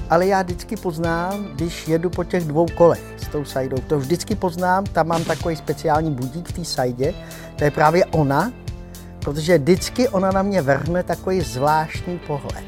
ale já vždycky poznám, když jedu po těch 2 kolech s tou sajdou. To vždycky poznám, tam mám takový speciální budík v té sajdě, to je právě ona, protože vždycky ona na mě vrhne takový zvláštní pohled.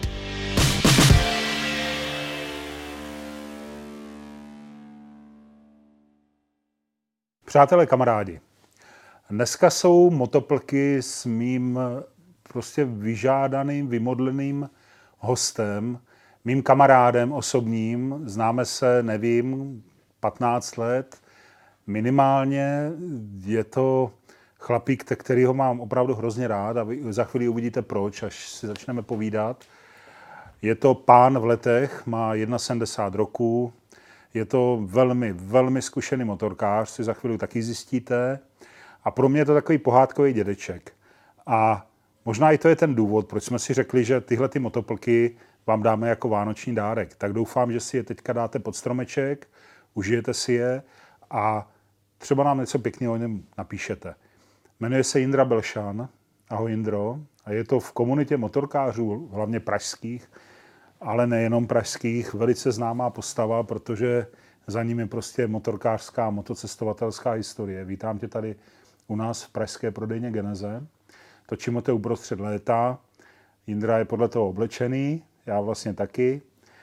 Přátelé, kamarádi, dneska jsou motoplky s mým prostě vyžádaným, vymodleným hostem, mým kamarádem osobním, známe se, nevím, 15 let, minimálně. Je to chlapík, kterýho mám opravdu hrozně rád a vy za chvíli uvidíte proč, až si začneme povídat. Je to pán v letech, má 71 roků, je to velmi, velmi zkušený motorkář, si za chvíli taky zjistíte. A pro mě je to takový pohádkový dědeček. A možná i to je ten důvod, proč jsme si řekli, že tyhle ty motoplky vám dáme jako vánoční dárek. Tak doufám, že si je teďka dáte pod stromeček, užijete si je a třeba nám něco pěkného o něm napíšete. Jmenuje se Jindra Belšan. Ahoj Jindro. A je to v komunitě motorkářů, hlavně pražských, ale nejenom pražských, velice známá postava, protože za ním je prostě motorkářská, motocestovatelská historie. Vítám tě tady u nás v pražské prodejně Geneze. Točíme to uprostřed léta. Jindra je podle toho oblečený, já vlastně taky.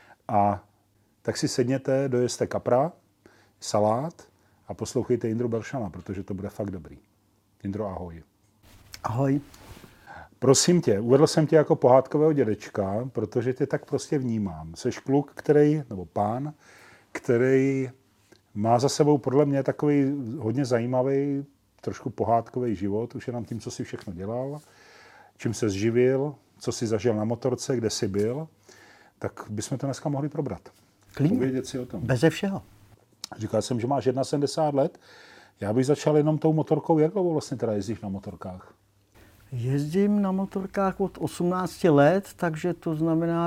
A tak si sedněte, dojeste kapra, salát a poslouchejte Jindru Belšana, protože to bude fakt dobrý. Jindro, ahoj. Ahoj. Prosím tě, uvedl jsem tě jako pohádkového dědečka, protože tě tak prostě vnímám. Jseš kluk, nebo pán, který má za sebou podle mě takový hodně zajímavý, trošku pohádkový život, už jenom tím, co jsi všechno dělal, čím se živil, co jsi zažil na motorce, kde jsi byl, tak bychom to dneska mohli probrat. Klidně. Povědět si o tom. Beze všeho. Říkal jsem, že máš 71 let. Já bych začal jenom tou motorkou. Jak dlouho vlastně teda jezdíš na motorkách? Jezdím na motorkách od 18 let, takže to znamená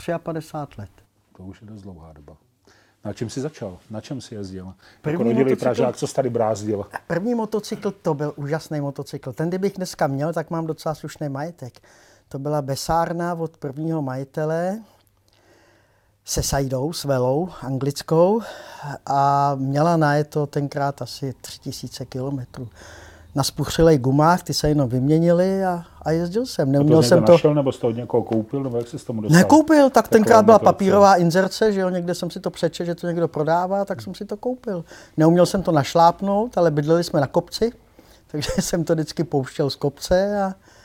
53 let. To už je dost dlouhá doba. Na čem jsi začal? Na čem jsi jezdil? První Jako rodilý Pražák, co jsi tady brázdil? První motocykl, to byl úžasný motocykl. Ten, kdybych dneska měl, tak mám docela slušný majetek. To byla besárna od prvního majitele se sajdou, s velou, anglickou, a měla najeto tenkrát asi 3000 kilometrů. Na spuchřilej gumách, ty se jenom vyměnily a jezdil jsem. Neuměl jsem to našel, nebo jsi to od někoho koupil, nebo jak jsi s tomu dostal? Nekoupil, tak tenkrát byla papírová inzerce, že jo, někde jsem si to přečetl, že to někdo prodává, tak jsem si to koupil. Neuměl jsem to našlápnout, ale bydleli jsme na kopci, takže jsem to vždycky pouštěl z kopce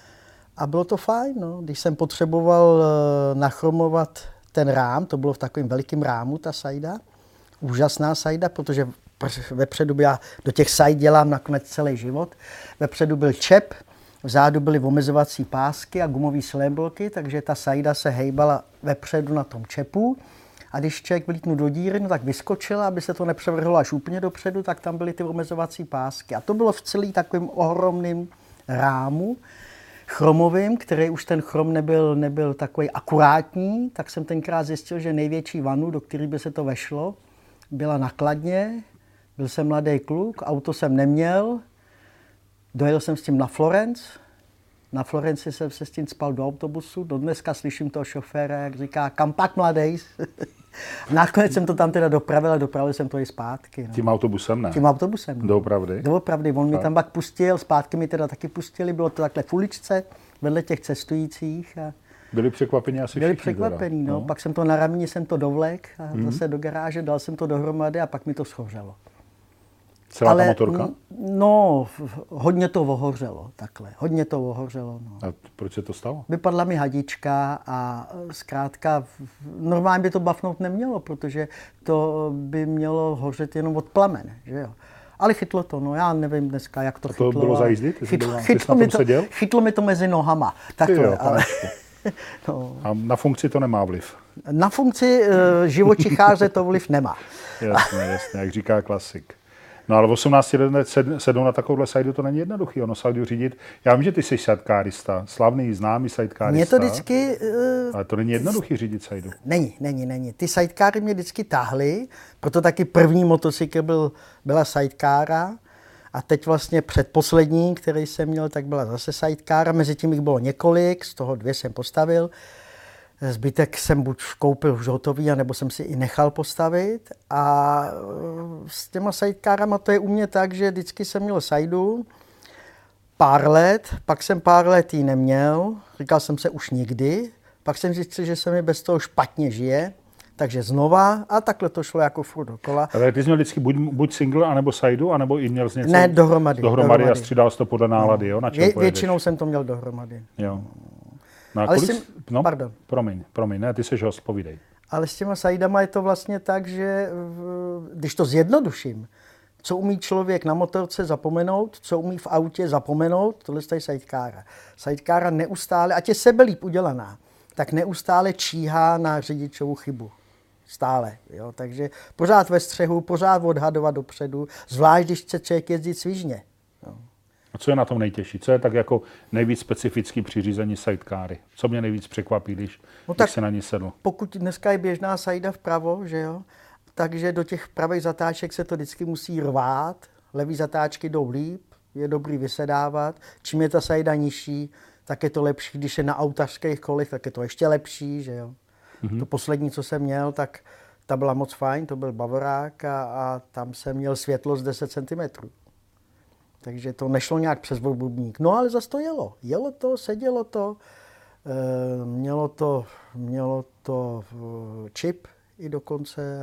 a bylo to fajn, no. Když jsem potřeboval nachromovat ten rám, to bylo v takovém velikém rámu, ta sajda, úžasná sajda, protože vepředu já do těch sajd dělám nakonec celý život. Vepředu byl čep, vzadu byly omezovací pásky a gumové slémbloky, takže ta sajda se hejbala vepředu na tom čepu. A když člověk vlítnul do díry, no tak vyskočila, aby se to nepřevrhlo až úplně dopředu, tak tam byly ty omezovací pásky. A to bylo v celý takovým ohromným rámu chromovým, který už ten chrom nebyl takový akurátní, tak jsem tenkrát zjistil, že největší vanu, do které by se to vešlo, byla na Kladně. Byl jsem mladý kluk, auto jsem neměl, dojel jsem s tím na Florenc. Na Florenci jsem se s tím spal do autobusu. Dodneska slyším toho šoféra, jak říká, kam pak mladej? Nakonec jsem to tam teda dopravil a dopravil jsem to i zpátky. No. Tím autobusem ne? Tím autobusem. Doopravdy? Doopravdy. On mi tam pak pustil, zpátky mi teda taky pustili. Bylo to takhle v uličce, vedle těch cestujících. A byli překvapení asi všichni. Byli překvapení, no. Pak jsem to na rameni jsem to dovlek a zase do garáže, dal jsem to dohromady a pak mi to schořelo. Celá ta motorka? No, hodně to ohořelo, takhle. Hodně to ohořelo. No. A proč se to stalo? Vypadla mi hadička a zkrátka normálně by to bafnout nemělo, protože to by mělo hořet jenom od plamene, že jo. Ale chytlo to, no já nevím dneska, jak to chytlo. A to bylo za jízdy? Chytlo mi to mezi nohama. Takhle, jo, ale... no. A na funkci to nemá vliv? Na funkci živočicháře to vliv nemá. Jasně, jak říká klasik. No ale v 18 let sednou na takovouhle sajdu, to není jednoduchý, ono sajdu řídit. Já vím, že ty jsi sidecarista, slavný, známý sidecarista. Mě to vždycky... Ale to není jednoduchý řídit sajdu. Není. Ty sidecary mě vždycky tahly, proto taky první motocykl byla sidecara a teď vlastně předposlední, který jsem měl, tak byla zase sidecara. Mezi tím jich bylo několik, z toho 2 jsem postavil. Zbytek jsem buď koupil už hotový, anebo jsem si i nechal postavit. A s těma sidekárama to je u mě tak, že vždycky jsem měl sajdu pár let, pak jsem pár let ji neměl, říkal jsem se už nikdy, pak jsem zjistil, že se mi bez toho špatně žije, takže znova a takhle to šlo jako furt dokola. Ale ty jsi měl vždycky buď single, anebo sajdu, anebo i měl z něco? Ne, dohromady. Dohromady a střídal jsi to podle nálady, jo? Na čem Většinou jsem to měl dohromady. Jo. No, Ale pardon. Promiň, ne, ty jsi host, povídej. Ale s těma sajdama je to vlastně tak, že když to zjednoduším, co umí člověk na motorce zapomenout, co umí v autě zapomenout, tohle je sidekára. Sidekára neustále, ať je sebelíp udělaná, tak neustále číhá na řidičovu chybu. Stále. Jo? Takže pořád ve střehu, pořád odhadovat dopředu, zvlášť když chce člověk jezdit svižně. Jo. A co je na tom nejtěžší? Co je tak jako nejvíc specifický při řízení sidekáry? Co mě nejvíc překvapí, když se na ní sedl? Pokud dneska je běžná sajda vpravo, že jo, takže do těch pravých zatáček se to vždycky musí rvát, levý zatáčky jdou líp, je dobrý vysedávat. Čím je ta sajda nižší, tak je to lepší, když je na autařských kolech, tak je to ještě lepší, že jo. To poslední, co jsem měl, tak ta byla moc fajn, to byl Bavorák a tam jsem měl světlost 10 cm. Takže to nešlo nějak přes bubník. No ale zase to jelo. Jelo to, sedělo to, mělo to čip i dokonce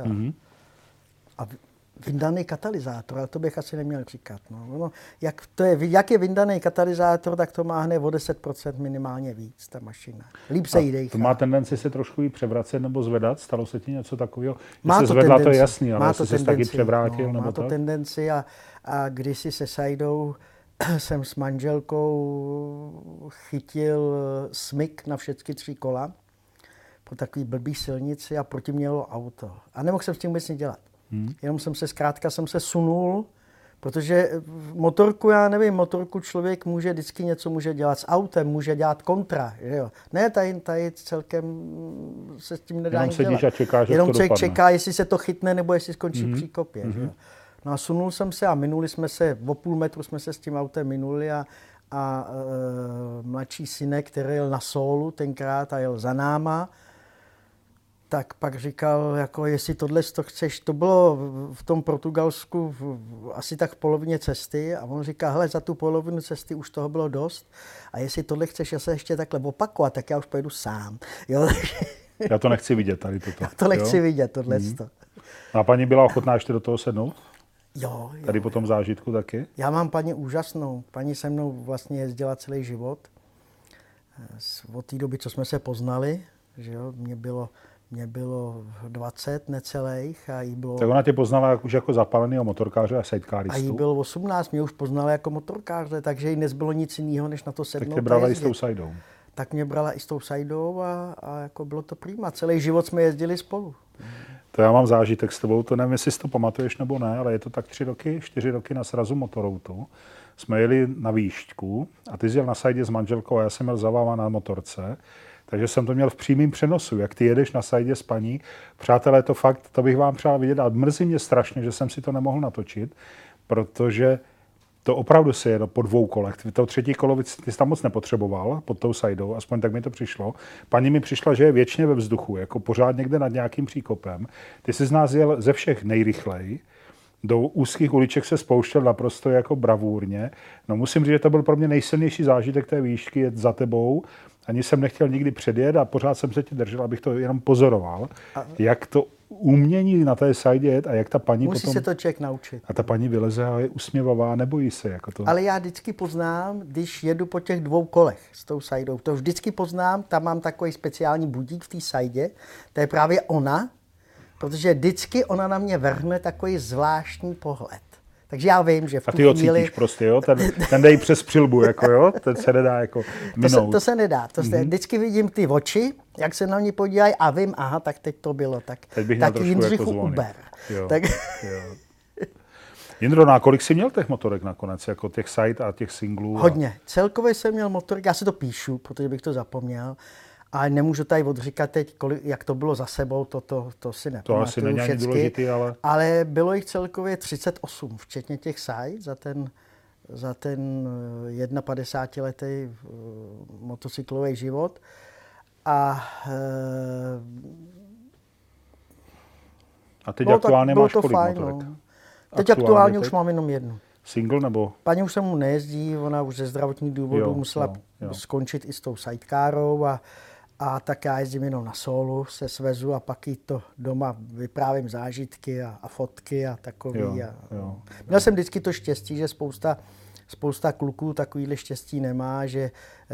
a vyndaný katalyzátor, ale to bych asi neměl říkat. No, jak je vyndaný katalyzátor, tak to má hned o 10% minimálně víc, ta mašina. Líp se jí dejchá. To má tendenci se trošku i převracet nebo zvedat? Stalo se ti něco takového? Má se to zvedla, tendenci. to je jasný, ale jestli jsi taky převrátil? Má to tendenci a kdysi se sajdou jsem s manželkou chytil smyk na všechny 3 kola po takový blbý silnici a proti mělo auto. A nemohl jsem s tím vůbec nic dělat. Jenom jsem se sunul, protože motorku člověk vždycky něco může dělat s autem, může dělat kontra, že jo. Ne, tady celkem se s tím nedá nic dělat. A čekáš, jenom člověk čeká, jestli se to chytne, nebo jestli skončí v příkopě, že jo. No a sunul jsem se a minuli jsme se, o půl metru jsme se s tím autem minuli a mladší synek, který jel na sólu tenkrát a jel za náma, tak pak říkal, jako jestli tohle to chceš, to bylo v tom Portugalsku asi tak v polovině cesty a on říká, hele, za tu polovinu cesty už toho bylo dost a jestli tohle chceš se ještě takhle opakovat, tak já už pojedu sám. Jo? Já to nechci vidět tady toto. Já to nechci vidět, tohle. A paní byla ochotná ještě do toho sednout? Jo. Tady po tom zážitku taky? Já mám paní úžasnou. Paní se mnou vlastně jezdila celý život. Od té doby, co jsme se poznali, že jo, mě bylo 20 necelých a jí bylo... Tak ona tě poznala už jako zapáleného motorkáře a sidekáristu. A jí bylo 18, mě už poznala jako motorkáře, takže jí nezbylo nic jiného, než na to sednout. Tak tě brala i s tou sajdou. Tak mě brala i s tou sajdou a jako bylo to prima. Celý život jsme jezdili spolu. To já mám zážitek s tebou, to nevím, jestli si to pamatuješ nebo ne, ale je to tak 4 roky na srazu motoroutu. Jsme jeli na výšku a ty jsi jel na sajdě s manželkou a já jsem jel za váma na motorce. Takže jsem to měl v přímém přenosu, jak ty jedeš na sajdě s paní. Přátelé, to fakt, to bych vám přál vidět a mrzí mě strašně, že jsem si to nemohl natočit, protože to opravdu se jede po 2 kolech. To 3. kolo ty jsi tam moc nepotřeboval pod tou sajdou, aspoň tak mi to přišlo. Paní mi přišla, že je věčně ve vzduchu, jako pořád někde nad nějakým příkopem. Ty jsi z nás jel ze všech nejrychleji. Do úzkých uliček se spouštěl naprosto jako bravůrně. No musím říct, že to byl pro mě nejsilnější zážitek té výšky, jet za tebou. Ani jsem nechtěl nikdy předjet a pořád jsem se tě držel, abych to jenom pozoroval, jak to umění na té sajdě jet a jak ta paní musí potom... se to člověk naučit. A ta paní vyleze a je usměvavá, nebojí se. Jako to. Ale já vždycky poznám, když jedu po těch 2 kolech s tou sajdou, to vždycky poznám, tam mám takový speciální budík v té sajdě, to je právě ona, protože vždycky ona na mě vrhne takový zvláštní pohled. Takže já vím, že v tu chvíli... A ty ho cítíš prostě, jo? Ten dej přes přilbu, jako jo? Ten se nedá jako minout. To se nedá. Vždycky vidím ty oči, jak se na mě podívají a vím, aha, tak teď to bylo. Tak Jindřichu jako uber. Jo, jo. Jindro, na kolik jsi měl těch motorek nakonec? Jako těch side a těch singlů? Hodně. Celkově jsem měl motorek, já si to píšu, protože bych to zapomněl. Ale nemůžu tady odříkat teď, jak to bylo za sebou, to si nepamatuju. To asi není ani důležitý, ale... Ale bylo jich celkově 38, včetně těch side za ten 51letý motocyklový život. A teď aktuálně máš kolik fajn, motorek? No. Teď aktuálně už mám jenom jednu. Single nebo? Paní už se mu nejezdí, ona už ze zdravotních důvodů musela skončit i s tou sidecarou a tak já jezdím jenom na solu, se svezu a pak jí to doma vyprávím zážitky a fotky a takový. Měl jsem vždycky to štěstí, že spousta kluků takovýhle štěstí nemá, že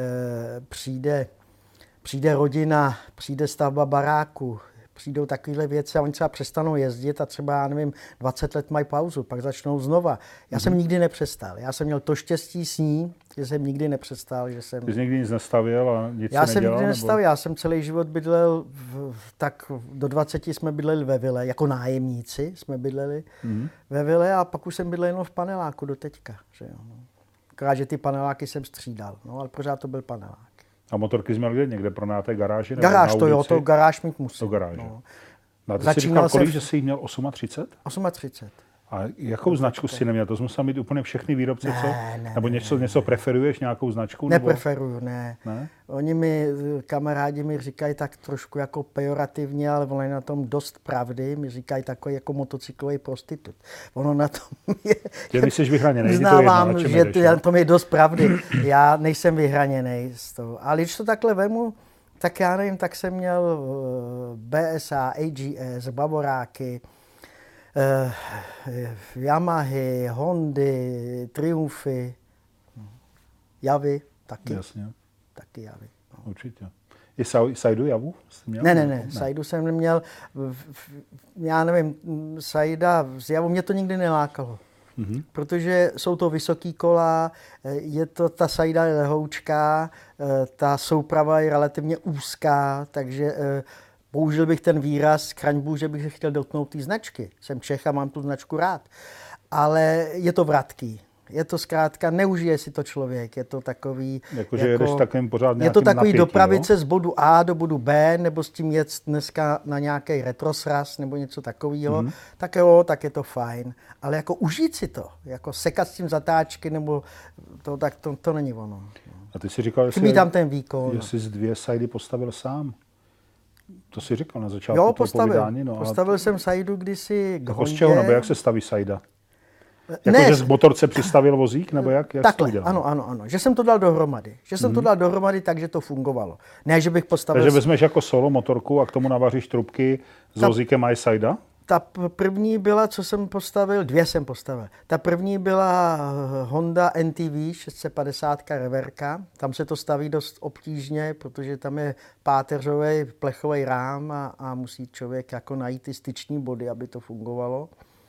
přijde rodina, přijde stavba baráku, přijdou takovéhle věci a oni třeba přestanou jezdit a třeba, já nevím, 20 let mají pauzu, pak začnou znova. Já jsem nikdy nepřestal. Já jsem měl to štěstí s ní, že jsem nikdy nepřestal. Že jsem... Ty jsi nikdy nic nestavil a nic Já jsem nedělal, nikdy nestavil, já jsem celý život bydlel, tak do 20 jsme bydleli ve vile, jako nájemníci jsme bydleli ve vile a pak už jsem bydlel jenom v paneláku do teďka. Že jo. Akorát, že ty paneláky jsem střídal, no, ale pořád to byl panelák. A motorky jsi měl kde? Někde pronajaté garáži? Garáž to jo, to garáž mít musí. To garáže. No. A ty jsi říkal, kolik, že jsi jich měl 38? 38. A jakou značku jsi neměl? To jsi musel mít úplně všechny výrobce, co? Nebo něco preferuješ, nějakou značku? Nepreferuju, ne. Oni kamarádi mi říkají tak trošku jako pejorativně, ale ono je na tom dost pravdy. Mi říkají takový jako motocyklový prostitut. Ono na tom je... Ty jsi vyhraněnej, uznávám, že to je dost pravdy. Já nejsem vyhraněnej z toho. Ale když to takhle vemu, tak já nevím, tak jsem měl BSA, AGS, Bavoráky, Yamahy, Hondy, Triumfy, Javy taky. Jasně. Taky Javy. No. Určitě. I Saidu Javu jsi měl? Ne. Saidu jsem neměl. Já nevím, Saida z Javu mě to nikdy nelákalo. Protože jsou to vysoký kola, je to ta Saida je lehoučká, ta souprava je relativně úzká, takže použil bych ten výraz kraňbu, že bych se chtěl dotknout té značky. Jsem Čech a mám tu značku rád. Ale je to vratký. Je to zkrátka, neužije si to člověk. Je to takový... Jakože jedeš takovým pořád nějakým je to takový napětí, dopravit se z bodu A do bodu B, nebo s tím jet dneska na nějaký retrosraz, nebo něco takového. Tak jo, tak je to fajn. Ale jako užít si to, jako sekat s tím zatáčky, nebo to, tak to není ono. A ty si říkal, chybí tam ten výkon. Jestli z 2 Saidy postavil sám. To si říkal na začátku toho povídání. Postavil jsem Saidu kdysi k Hondě. Z čeho, nebo jak se staví Saida? Jakože z motorce přistavil vozík, nebo jak takhle, ano. Že jsem to dal dohromady. Takže to fungovalo. Ne, že bych postavil... Takže vezmeš jako solo motorku a k tomu navaříš trubky s vozíkem a Saida? Ta první byla, co jsem postavil, 2 jsem postavil. Ta první byla Honda NTV 650 reverka. Tam se to staví dost obtížně, protože tam je páteřový plechový rám a musí člověk jako najít ty styční body, aby to fungovalo.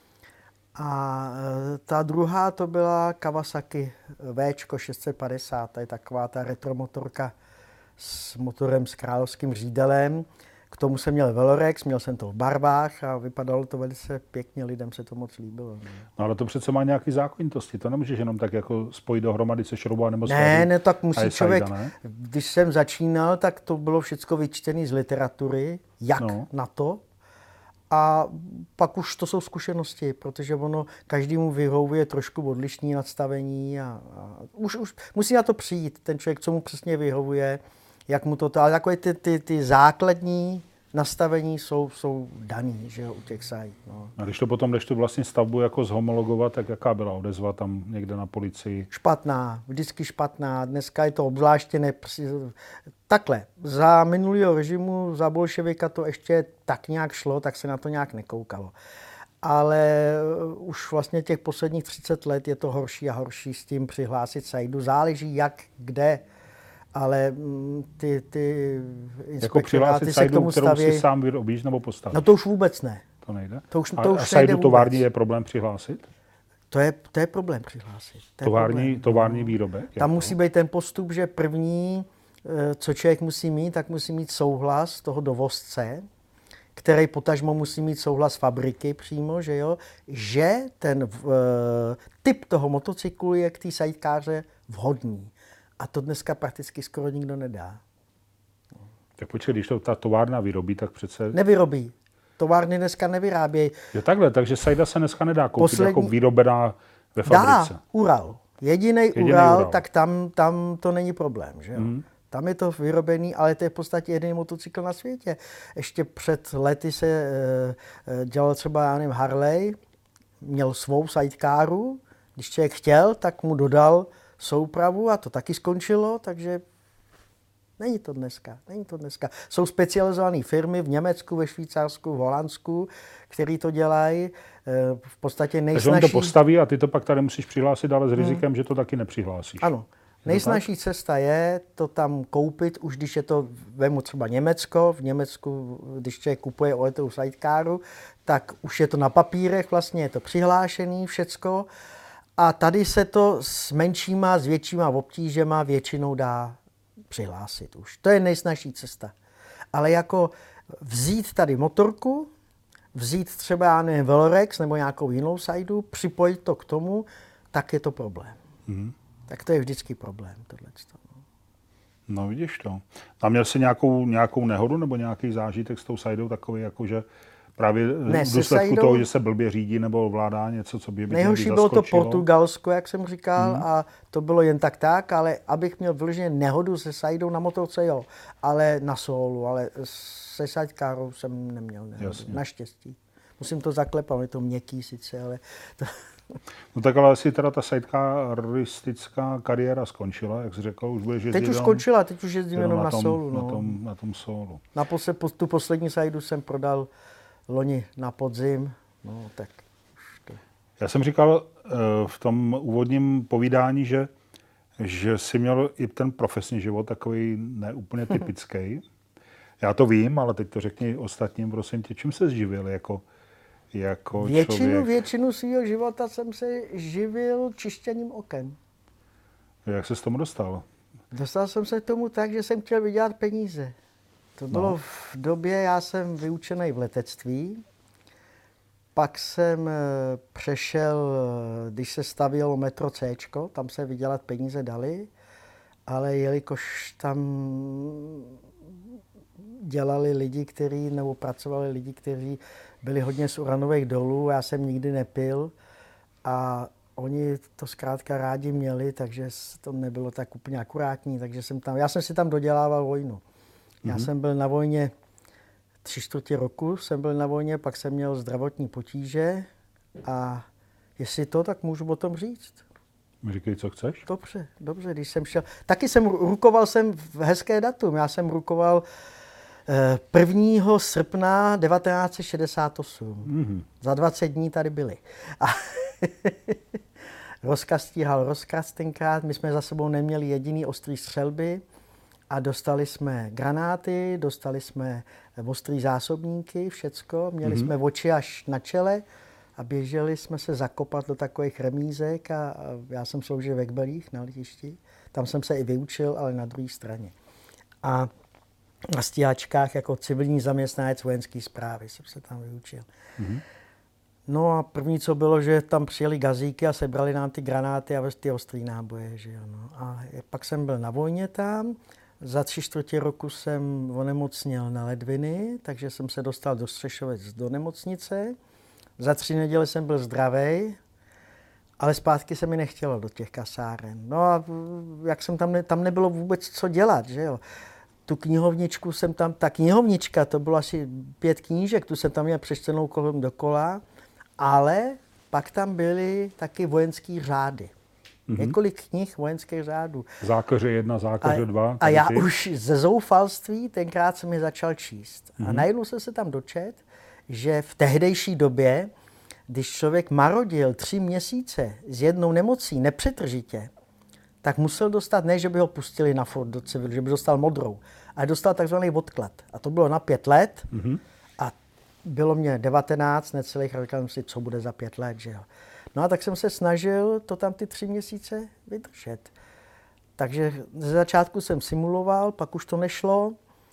A ta druhá to byla Kawasaki Včko 650, to je taková ta retromotorka s motorem s královským řídelem. K tomu jsem měl Velorex, měl jsem to v barvách a vypadalo to velice pěkně, lidem se to moc líbilo. No ale to přece má nějaký zákonitosti, to nemůžeš jenom tak jako spojit dohromady se šroubou nebo Ne, tak musí člověk, když jsem začínal, tak to bylo všecko vyčtené z literatury, jak na to. A pak už to jsou zkušenosti, protože ono každému vyhovuje trošku odlišné nastavení a už musí na to přijít ten člověk, co mu přesně vyhovuje, jak mu to, ale takové ty základní nastavení jsou daný, že jo, u těch sajt. No. A když to potom jdeš tu vlastně stavbu jako zhomologovat, tak jaká byla odezva tam někde na policii? Špatná, vždycky špatná. Dneska je to obzvláště takhle. Za minulého režimu, za bolševika to ještě tak nějak šlo, tak se na to nějak nekoukalo. Ale už vlastně těch posledních 30 let je to horší a horší s tím přihlásit sajdu. Záleží jak, kde. Ale ty inspektoráty se k tomu staví. Kterou si sám vyrobíš nebo postavíš? No to už vůbec ne. To nejde? To už sajdu tovární je problém přihlásit? To je problém přihlásit. Tovární výrobek? Tam musí být ten postup, že první, co člověk musí mít, tak musí mít souhlas toho dovozce, který potažmo musí mít souhlas fabriky přímo, že jo, že ten typ toho motocyklu je k té sidekáře vhodný. A to dneska prakticky skoro nikdo nedá. Tak počkej, když to ta továrna vyrobí, tak přece... Nevyrobí. Továrny dneska nevyrábějí. Jo takhle, takže sajda se dneska nedá koupit jako vyrobená ve fabrice. Dá, Ural. Jedinej Ural, tak tam to není problém. Že jo? Tam je to vyrobený, ale to je v podstatě jediný motocykl na světě. Ještě před lety se dělal třeba, já nevím, Harley, měl svou sidecaru, když člověk chtěl, tak mu dodal soupravu a to taky skončilo, takže není to dneska. Jsou specializované firmy v Německu, ve Švýcarsku, v Holandsku, který to dělají. V podstatě nejsnažší... Takže on to postaví a ty to pak tady musíš přihlásit, ale s rizikem, že to taky nepřihlásíš. Ano. Nejsnažší cesta je to tam koupit, už když je to, vemu třeba Německo, v Německu, když člověk kupuje ojetou sidecaru, tak už je to na papírech, vlastně je to přihlášený všecko a tady se to s menšíma, s většíma obtížema většinou dá přihlásit už. To je nejsnažší cesta. Ale jako vzít tady motorku, vzít třeba, já nevím, Velorex nebo nějakou jinou sajdu, připojit to k tomu, tak je to problém. Mm-hmm. Tak to je vždycky problém, tohleto. No vidíš to. A měl jsi nějakou nehodu nebo nějaký zážitek s tou sajdou takový, jakože právě v důsledku toho, že se blbě řídí nebo ovládá něco, co by nejhorší bylo to Portugalsko, jak jsem říkal, a to bylo jen tak, ale abych měl vyloženě nehodu se sajdou na motorce, jo, ale na solu, ale se sidecarou jsem neměl nehodu, naštěstí. Musím to zaklepat, je to měkký sice, ale... To... No tak ale asi teda ta sidecaristická kariéra skončila, jak jsi řekl, už budeš jezdit... Teď už skončila, teď už jezdím jenom na solu. Na tom solu. Tu poslední sajdu jsem prodal loni na podzim, no tak už to... Já jsem říkal v tom úvodním povídání, že jsi měl i ten profesní život takový neúplně typický. Já to vím, ale teď to řekni ostatním, prosím tě, čím se živil jako člověk? Většinu svého života jsem se živil čištěním oken. Jak se s tomu dostal? Dostal jsem se k tomu tak, že jsem chtěl vydělat peníze. To bylo v době, já jsem vyučený v letectví, pak jsem přešel, když se stavělo metro C, tam se vydělat peníze dali, ale jelikož tam dělali lidi, nebo pracovali lidi, kteří byli hodně z uranových dolů, já jsem nikdy nepil oni to zkrátka rádi měli, takže to nebylo tak úplně akurátní, takže já jsem si tam dodělával vojnu. Já jsem byl na vojně 3/4 roku, pak jsem měl zdravotní potíže a jestli to, tak můžu o tom říct. Říkej, co chceš. Dobře, když jsem šel. Taky rukoval jsem v hezké datum, já jsem rukoval 1. srpna 1968. Mm-hmm. Za 20 dní tady byli. A rozkaz stíhal rozkaz tenkrát, my jsme za sebou neměli jediný ostrý střelby a dostali jsme granáty, dostali jsme ostrý zásobníky, všecko, měli jsme oči až na čele a běželi jsme se zakopat do takových remízek a já jsem sloužil ve Kbelích na letišti, tam jsem se i vyučil, ale na druhé straně. A na stíhačkách jako civilní zaměstnanec vojenské správy jsem se tam vyučil. Mm-hmm. No a první, co bylo, že tam přijeli gazíky a sebrali nám ty granáty a ty ostrý náboje. Že jo, no. A pak jsem byl na vojně tam, za 3/4 roku jsem onemocněl na ledviny, takže jsem se dostal do Střešovec do nemocnice. Za 3 neděle jsem byl zdravý, ale zpátky se mi nechtělo do těch kasáren. No a jak jsem tam nebylo vůbec co dělat, že jo. Tu knihovničku ta knihovnička, to bylo asi 5 knížek, tu jsem tam měl přečtenou kolem dokola, ale pak tam byly taky vojenský řády. Mm-hmm. Několik knih vojenských řádů. Zákaře 1, zákaře 2. A já už ze zoufalství tenkrát jsem je začal číst. Mm-hmm. A najednou jsem se tam dočet, že v tehdejší době, když člověk marodil 3 měsíce s jednou nemocí nepřetržitě, tak musel dostat, ne, že by ho pustili na furt do civilu, že by dostal modrou, ale dostal takzvaný odklad. A to bylo na 5 let a bylo mě 19, necelých, a říkal jsem si, co bude za 5 let, že jo. No a tak jsem se snažil to tam ty 3 měsíce vydržet. Takže ze začátku jsem simuloval, pak už to nešlo,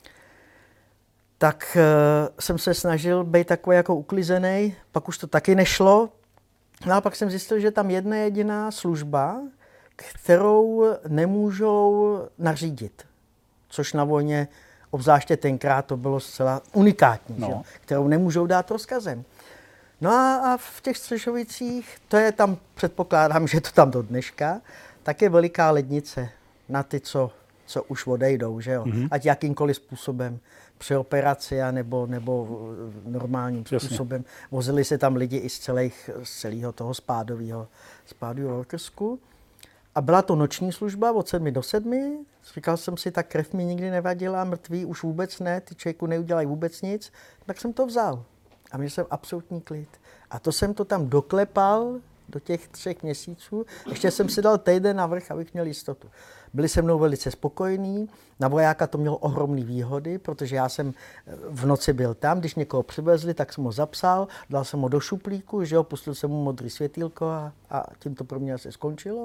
tak jsem se snažil být takový jako uklizený, pak už to taky nešlo. No a pak jsem zjistil, že tam jedna jediná služba, kterou nemůžou nařídit, což na vojně, obzvláště tenkrát, to bylo zcela unikátní, že? Kterou nemůžou dát rozkazem. No a v těch Střešovicích, to je tam, předpokládám, že to tam do dneška, tak je veliká lednice na ty, co co už odejdou, že jo? Ať jakýmkoliv způsobem, při operaci a nebo normálním způsobem. Vozili se tam lidi i z celého toho spádového okrsku. A byla to noční služba od 7 do 7. Říkal jsem si, ta krev mi nikdy nevadila, mrtví už vůbec ne, ty člověku neudělají vůbec nic. Tak jsem to vzal. A měl jsem absolutní klid. A to jsem to tam doklepal do těch 3 měsíců. Ještě jsem si dal týden navrch, abych měl jistotu. Byli se mnou velice spokojení. Na vojáka to mělo ohromné výhody, protože já jsem v noci byl tam, když někoho přivezli, tak jsem ho zapsal, dal jsem ho do šuplíku, že jo, pustil jsem mu modrý světýlko a tím to pro mě asi skončilo.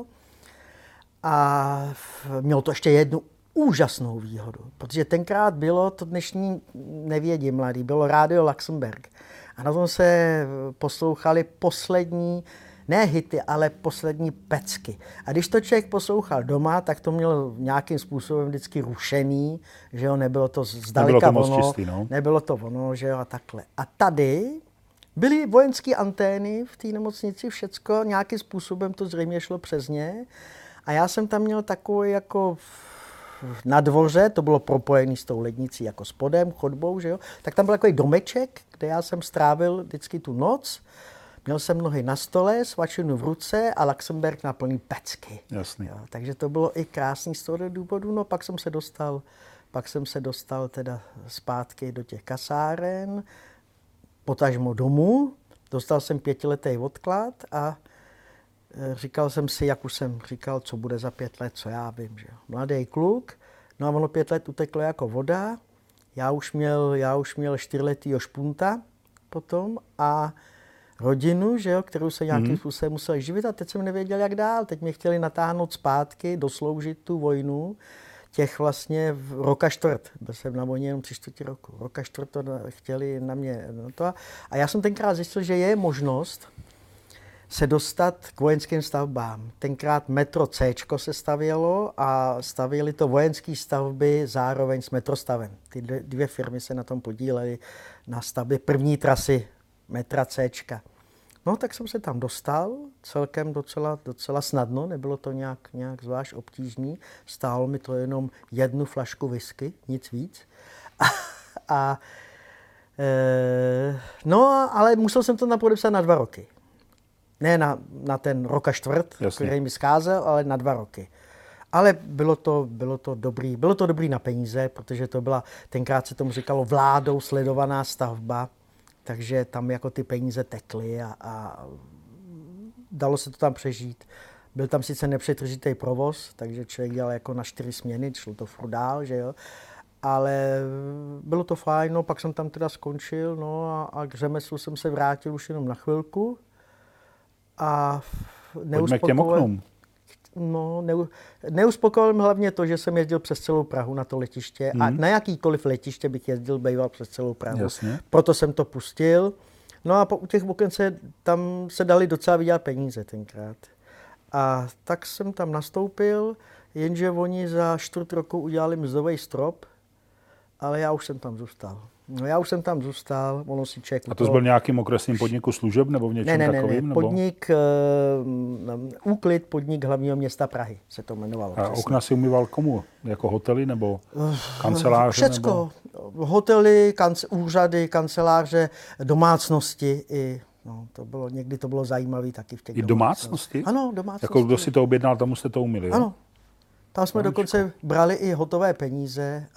A mělo to ještě jednu úžasnou výhodu, protože tenkrát bylo, to dnešní nevědí mladý, bylo Rádio Luxemburg. A na tom se poslouchali poslední, ne hity, ale poslední pecky. A když to člověk poslouchal doma, tak to měl nějakým způsobem vždycky rušený, že jo, nebylo to zdaleka ono, nebylo to ono, že jo, a takhle. A tady byly vojenské antény v té nemocnici, všecko, nějakým způsobem to zřejmě šlo přes ně. A já jsem tam měl takový jako na dvoře, to bylo propojené s tou lednicí jako spodem, chodbou, že jo, tak tam byl takový domeček, kde já jsem strávil vždycky tu noc. Měl jsem nohy na stole, svačinu v ruce a Luxemburg na plný pecky. Jasný. Jo, takže to bylo i krásný z toho důvodu. No pak jsem se dostal teda zpátky do těch kasáren, potažmo domů. Dostal jsem 5letý odklad a říkal jsem si, jak už jsem říkal, co bude za 5 let, co já vím, že jo. Mladý kluk, no a ono 5 let uteklo jako voda. Já už měl 4letýho špunta potom a rodinu, že jo, kterou se nějakým způsobem musel živit a teď jsem nevěděl, jak dál. Teď mě chtěli natáhnout zpátky, dosloužit tu vojnu, těch vlastně roka čtvrt. Byl jsem na vojně jenom 3/4 roku. Roka čtvrt to chtěli na mě. No to. A já jsem tenkrát zjistil, že je možnost se dostat k vojenským stavbám. Tenkrát metro C se stavělo a stavěly to vojenské stavby zároveň s metrostavem. Ty 2 firmy se na tom podílely na stavbě první trasy metra C. No tak jsem se tam dostal, celkem docela snadno, nebylo to nějak zvlášť obtížný. Stálo mi to jenom 1 flašku whisky, nic víc. No, ale musel jsem to napodepsat na 2 roky. Ne na ten rok a čtvrt, který mi scházel, ale na 2 roky. Ale bylo to dobrý na peníze, protože to byla, tenkrát se tomu říkalo vládou sledovaná stavba, takže tam jako ty peníze tekly a dalo se to tam přežít. Byl tam sice nepřetržitý provoz, takže člověk dělal jako na 4 směny, šlo to furt dál, že jo. Ale bylo to fajn, no, pak jsem tam teda skončil, no a k řemeslu jsem se vrátil už jenom na chvilku. A pojďme k těm oknům. No, neuspokojil mě hlavně to, že jsem jezdil přes celou Prahu na to letiště a na jakýkoliv letiště bych jezdil, býval přes celou Prahu. Jasně. Proto jsem to pustil. No a u těch oken tam se dali docela vydělat peníze tenkrát. A tak jsem tam nastoupil, jenže oni za 4 roku udělali mzdový strop, ale já už jsem tam zůstal. Ono si člověk... A to byl nějakým okresním podniku služeb nebo v něčem takovým? Ne, podnik, Úklid, podnik hlavního města Prahy se to jmenovalo. A přesně. Okna si umýval komu? Jako hotely nebo kanceláře? Všecko. Nebo... Hotely, úřady, kanceláře, domácnosti i... No, někdy to bylo zajímavé taky v těch domácnosti. Ano, domácnosti. Jako kdo si to objednal, tam jste to umyli, jo? Ano. Tam jsme dokonce brali i hotové peníze,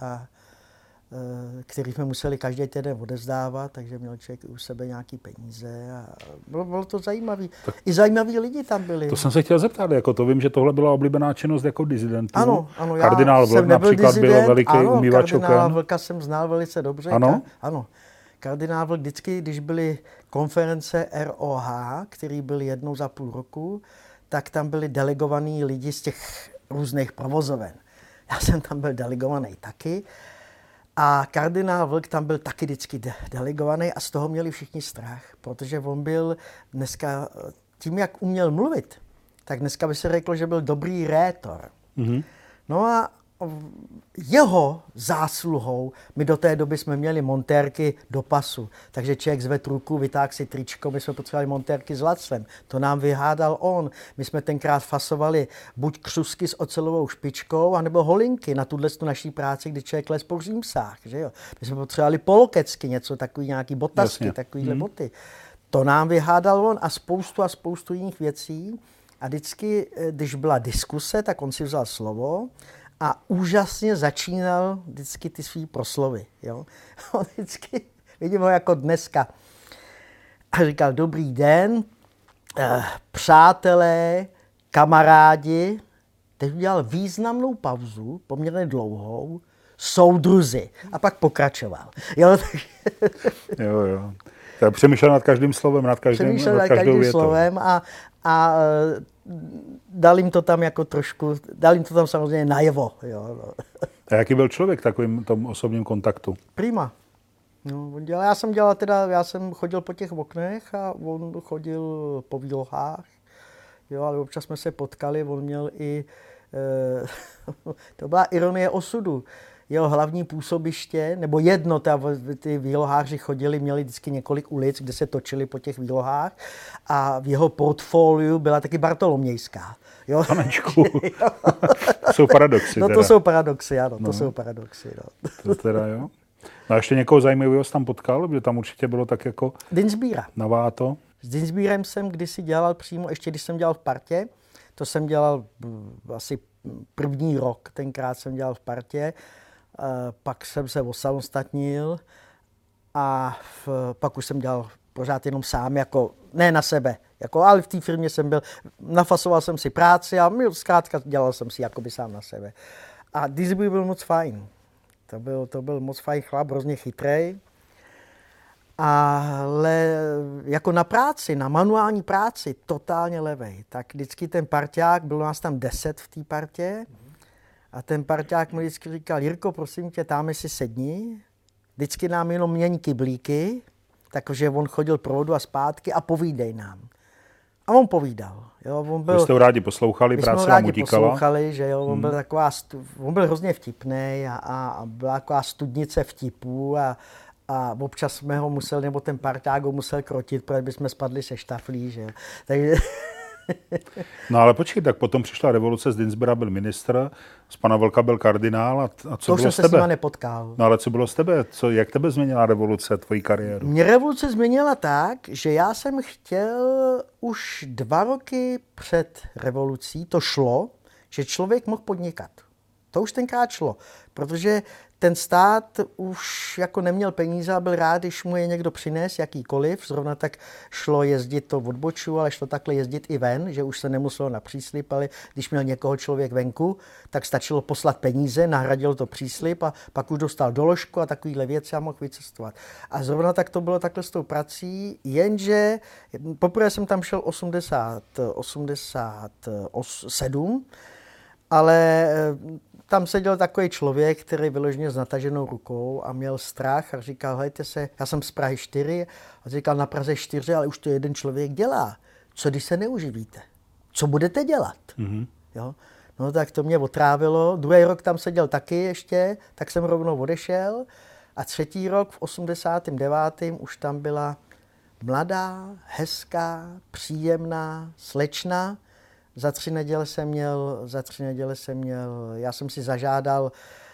který jsme museli každý týden odevzdávat, takže měl člověk u sebe nějaký peníze a bylo to zajímavé. I zajímaví lidi tam byli. To jsem se chtěl zeptat, jako to vím, že tohle byla oblíbená činnost jako disidentů. Ano, Kardinál Vlk například byl veliký umývač oken. Kardinála Vlka jsem znal velice dobře. Ano? Ano. Kardinál Vlk vždycky, když byly konference ROH, který byl jednou za půl roku, tak tam byli delegovaní lidi z těch různých provozoven. Já jsem tam byl delegovaný taky. A kardinál Vlk tam byl taky vždycky delegovaný a z toho měli všichni strach, protože on byl dneska, tím jak uměl mluvit, tak dneska by se řeklo, že byl dobrý rétor. No a jeho zásluhou my do té doby jsme měli montérky do pasu. Takže člověk zvedl ruku, vytáhl si tričko, my jsme potřebovali montérky s lacem. To nám vyhádal on. My jsme tenkrát fasovali buď křusky s ocelovou špičkou, anebo holinky na tuhle naší práci, kdy člověk les po římsách. Že jo? My jsme potřebovali polokecky, něco takový, nějaký botasky, takovýhle boty. To nám vyhádal on a spoustu jiných věcí. A vždycky, když byla diskuse, tak on si vzal slovo a úžasně začínal vždycky ty svý proslovy. Jo? On vždycky, vidím ho jako dneska, a říkal, dobrý den, přátelé, kamarádi, teď udělal významnou pauzu, poměrně dlouhou, soudruzi. A pak pokračoval. Jo, jo. Tak přemýšlel nad každým slovem, nad každým slovem a dal jim to tam jako trošku, dal jim to tam samozřejmě najevo. Jo, no. A jaký byl člověk v takovém tom osobním kontaktu? Prima. No, já jsem chodil po těch oknech a on chodil po výlohách, jo, ale občas jsme se potkali, on měl i, to byla ironie osudu, jeho hlavní působiště, nebo jedno, ty výloháři chodili, měli vždycky několik ulic, kde se točili po těch výlohách a v jeho portfoliu byla taky Bartolomějská. Jo? Panečku. To jsou paradoxy. No to jsou paradoxy, ano, to jsou paradoxy. No. To teda jo. No a ještě někoho zajímavého jsi tam potkal, protože tam určitě bylo tak jako Dinsbíra. Naváto. S Dinsbírem jsem kdysi dělal přímo, ještě když jsem dělal v partě, to jsem dělal asi první rok, tenkrát jsem dělal v partě, pak jsem se osamostatnil a pak už jsem dělal pořád jenom sám, jako, ne na sebe, jako, ale v té firmě jsem byl, nafasoval jsem si práci a zkrátka dělal jsem si jakoby sám na sebe. A Dinsbír byl moc fajn. To byl moc fajn chlap, hrozně chytrej. Ale jako na práci, na manuální práci, totálně levej. Tak vždycky ten parťák, bylo nás tam 10 v té partě, a ten parťák mi vždycky říkal, Jirko, prosím tě, tam si sedni, vždycky nám jenom měň kyblíky, takže on chodil provodu a zpátky a povídej nám. A on povídal. Jo, Vy jste ho rádi poslouchali, práce vám utíkala. Poslouchali, že jo, on byl hrozně vtipný a byla taková studnice vtipů a občas jsme ho museli, nebo ten parťák ho musel krotit, protože bychom spadli se štaflí, že jo. Takže... No ale počkej, tak potom přišla revoluce, z Dinsbera byl ministr, z pana Vlka byl kardinál a co bylo s tebe? To už jsem se s nima nepotkal. No ale co bylo s tebe? Jak tebe změnila revoluce, tvoji kariéru? Mě revoluce změnila tak, že já jsem chtěl už 2 roky před revolucí, to šlo, že člověk mohl podnikat. To už tenkrát šlo, protože ten stát už jako neměl peníze a byl rád, když mu je někdo přines, jakýkoliv. Zrovna tak šlo jezdit to odboču, ale šlo takhle jezdit i ven, že už se nemuselo na příslib, ale když měl někoho člověk venku, tak stačilo poslat peníze, nahradil to příslib a pak už dostal doložku a takovýhle věci a mohl vycestovat. A zrovna tak to bylo takhle s tou prací, jenže poprvé jsem tam šel 87, ale tam seděl takový člověk, který vyloženě s nataženou rukou a měl strach a říkal, hejte se, já jsem z Prahy 4 a říkal na Praze 4, ale už to jeden člověk dělá. Co když se neuživíte? Co budete dělat? Mm-hmm. Jo? No tak to mě otrávilo. 2. rok tam seděl taky ještě, tak jsem rovnou odešel a 3. rok v 89. už tam byla mladá, hezká, příjemná slečna. Za 3 neděle jsem měl, já jsem si zažádal,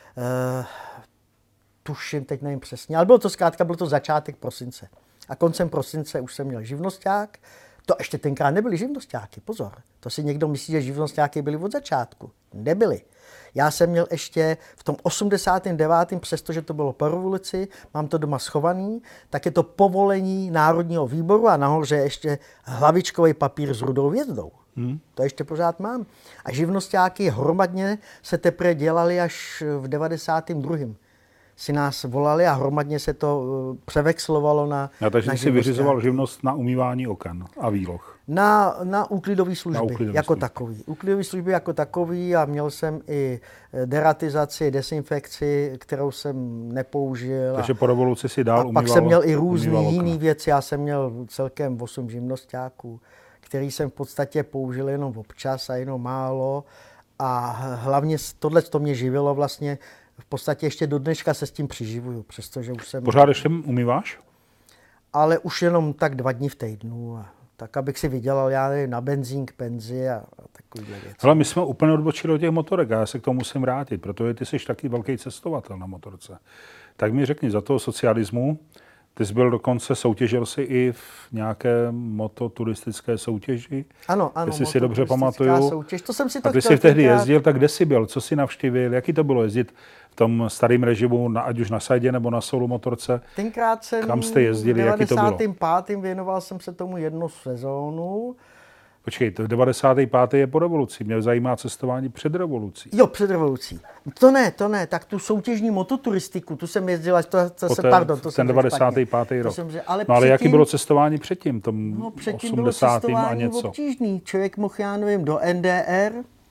tuším, teď nevím přesně, ale bylo to začátek prosince. A koncem prosince už jsem měl živnosťák. To ještě tenkrát nebyly živnosťáky, pozor. To si někdo myslí, že živnosťáky byly od začátku. Nebyly. Já jsem měl ještě v tom 89., přestože to bylo po revoluci, mám to doma schovaný, tak je to povolení Národního výboru a nahoře ještě hlavičkový papír s rudou hvězdou. To ještě pořád mám. A živnosťáky hromadně se teprve dělali až v 92. Si nás volali a hromadně se to převexlovalo na takže jsi vyřizoval živnost na umývání oken a výloh. Na úklidové služby jako takový. Úklidové služby jako takový a měl jsem i deratizaci, desinfekci, kterou jsem nepoužil. Takže po revoluci si dál umýval. A pak jsem měl i různé jiné věci. Já jsem měl celkem 8 živnosťáků, který jsem v podstatě použil jenom občas a jenom málo. A hlavně tohle to mě živilo vlastně, v podstatě ještě do dneška se s tím přiživuju, přestože už jsem... Pořád ještě umýváš? Ale už jenom tak 2 dny v týdnu. A tak, abych si vydělal, já nevím, na benzín, k penzi a takovýhle věci. Ale my jsme úplně odbočili do těch motorek a já se k tomu musím vrátit, protože ty jsi taky velký cestovatel na motorce. Tak mi řekni, za toho socialismu, ty jsi byl dokonce, soutěžil si i v nějaké mototuristické soutěži. Ano, jestli si dobře pamatuju. Soutěž. To jsem si to a ty jsi tehdy jezdil, tak kde jsi byl? Co jsi navštívil? Jaký to bylo jezdit v tom starém režimu, ať už na sajdě nebo na solo motorce? Tenkrát jsem kam jste jezdili, jaký to bylo? v 95. věnoval jsem se tomu 1 sezónu. Počkej, to 95. je po revoluci. Mě zajímá cestování před revolucí. Jo, před revolucí. To ne. Tak tu soutěžní mototuristiku, tu jsem jezdil až to ten 95. rok. Ale jaký bylo cestování předtím, tom předtím 80. bylo cestování a něco? obtížný. Člověk mohl, já nevím, do NDR,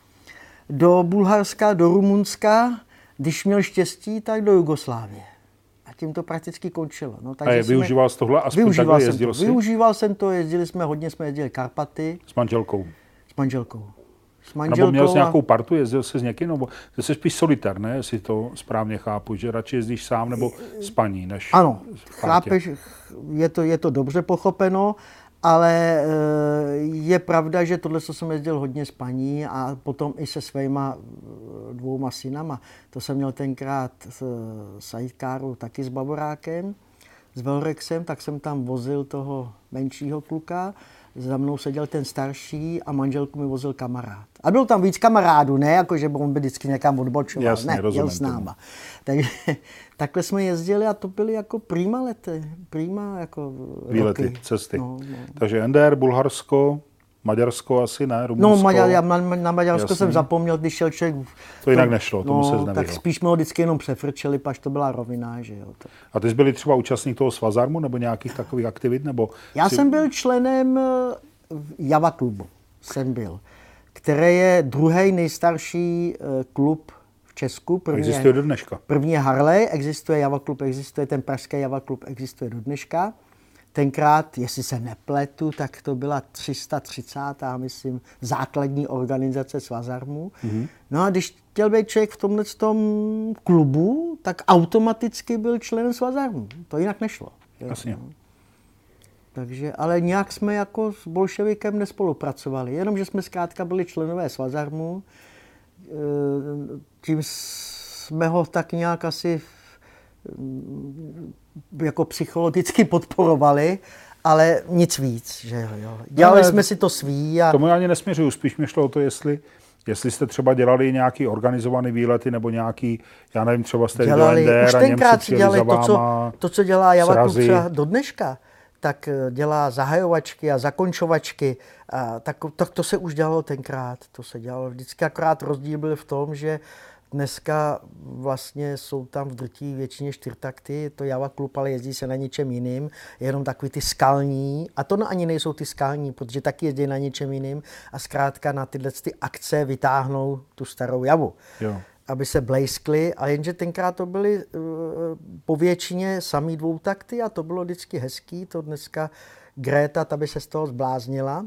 do Bulharska, do Rumunska, když měl štěstí, tak do Jugoslávie. A tím to prakticky končilo. No, takže využíval jsi tohle? Aspoň takhle jezdil jsi? Využíval jsem to, hodně jsme jezdili Karpaty. S manželkou? S manželkou. Nebo měl jsi nějakou partu, jezdil jsi s někým? Nebo jsi spíš solitár, ne? Jestli to správně chápu, že radši jezdíš sám nebo s paní, než ano, chápeš, je to dobře pochopeno, ale je pravda, že tohle jsem jezdil hodně s paní a potom i se svýma 2 synama. To jsem měl tenkrát sidecaru taky s Bavorákem, s Velrexem, tak jsem tam vozil toho menšího kluka. Za mnou seděl ten starší a manželku mi vozil kamarád. A byl tam víc kamarádů, ne jako, že on by vždycky někam odbočoval. Jasně, ne, jel s náma. Takže takhle jsme jezdili a to byly jako prima lety, jako výlety, roky. Cesty. No. Takže NDR, Bulharsko, Maďarsko asi ne, Rumunsko. Na Maďarsko Jasný. Jsem zapomněl, když šel člověk... To jinak nešlo, tomu se nevyhlo. Tak spíš jsme ho vždycky jenom přefrčeli, až to byla rovina, že jo. To. A ty jsi byli třeba účastník toho Svazarmu nebo nějakých takových aktivit? Nebo já jsem byl členem Java klubu, který je druhý nejstarší klub v Česku. Existuje do dneška. První je Harley, existuje Java klub, existuje ten pražský Java klub, existuje do dneška. Tenkrát, jestli se nepletu, tak to byla 330. myslím, základní organizace Svazarmu. Mm-hmm. No a když chtěl být člověk v tomhletom klubu, tak automaticky byl členem Svazarmu. To jinak nešlo. Jasně. Takže, ale nějak jsme jako s bolševikem nespolupracovali. Jenomže jsme zkrátka byli členové Svazarmu. Tím jsme ho tak nějak asi jako psychologicky podporovali, ale nic víc. Že jo. Dělali jsme si to svý. A... Tomu já ani nesměřuju. Spíš mi šlo o to, jestli jste třeba dělali nějaký organizovaný výlety nebo nějaký, já nevím, třeba jste do NDR a Němci přijeli za váma. To, co dělá Java klub třeba do dneška, tak dělá zahajovačky a zakončovačky. A to se už dělalo tenkrát. To se dělalo vždycky. Akorát rozdíl byl v tom, že dneska vlastně jsou tam v drtí většině 4takty, to Java klub, ale jezdí se na něčem jiným, jenom takový ty skalní, a to ani nejsou ty skalní, protože taky jezdí na něčem jiným a zkrátka na tyhle ty akce vytáhnou tu starou Javu, jo. Aby se blejskly, a jenže tenkrát to byly po většině samý 2takty a to bylo vždycky hezký, to dneska Greta, ta by se z toho zbláznila.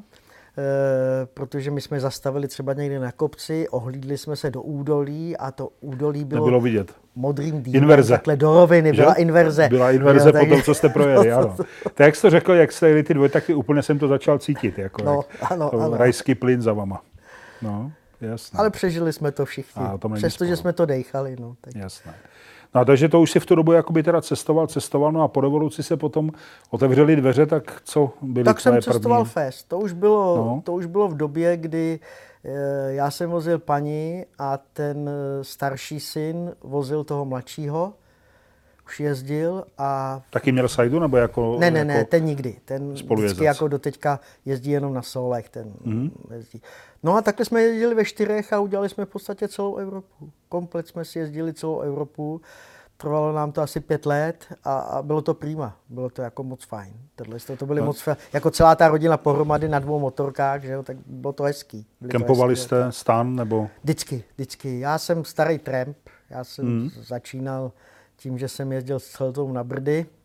Protože my jsme zastavili třeba někde na kopci, ohlídli jsme se do údolí a to údolí bylo vidět. Modrým dýmem, takhle do roviny, byla inverze. Byla inverze po tom, co jste projeli, ano. Tak jak jsi to řekl, jak jste jeli ty 2takty, úplně jsem to začal cítit, jako ano. rajský plyn za vama. No, jasné. Ale přežili jsme to všichni, přestože jsme to dejchali. No, tak. Jasné. No, takže to už si v tu dobu jakoby teda cestoval, no a po revoluci se potom otevřely dveře, tak co byly tak tvoje první? Tak jsem cestoval fest. To už bylo v době, kdy já jsem vozil paní a ten starší syn vozil toho mladšího, už jezdil a... Taky měl sajdu, nebo jako... Ne, ten nikdy. Ten vždycky jako doteďka jezdí jenom na solech, ten jezdí. No a takhle jsme jezdili ve 4 a udělali jsme v podstatě celou Evropu. Komplet jsme si jezdili celou Evropu. Trvalo nám to asi 5 let a bylo to prima. Bylo to jako moc fajn. To byly moc fajn. Jako celá ta rodina pohromady na 2 motorkách, že jo, tak bylo to hezký. Kempovali jste stan, nebo? Vždycky. Já jsem starý tramp. Já jsem začínal tím, že jsem jezdil s Celtou na Brdy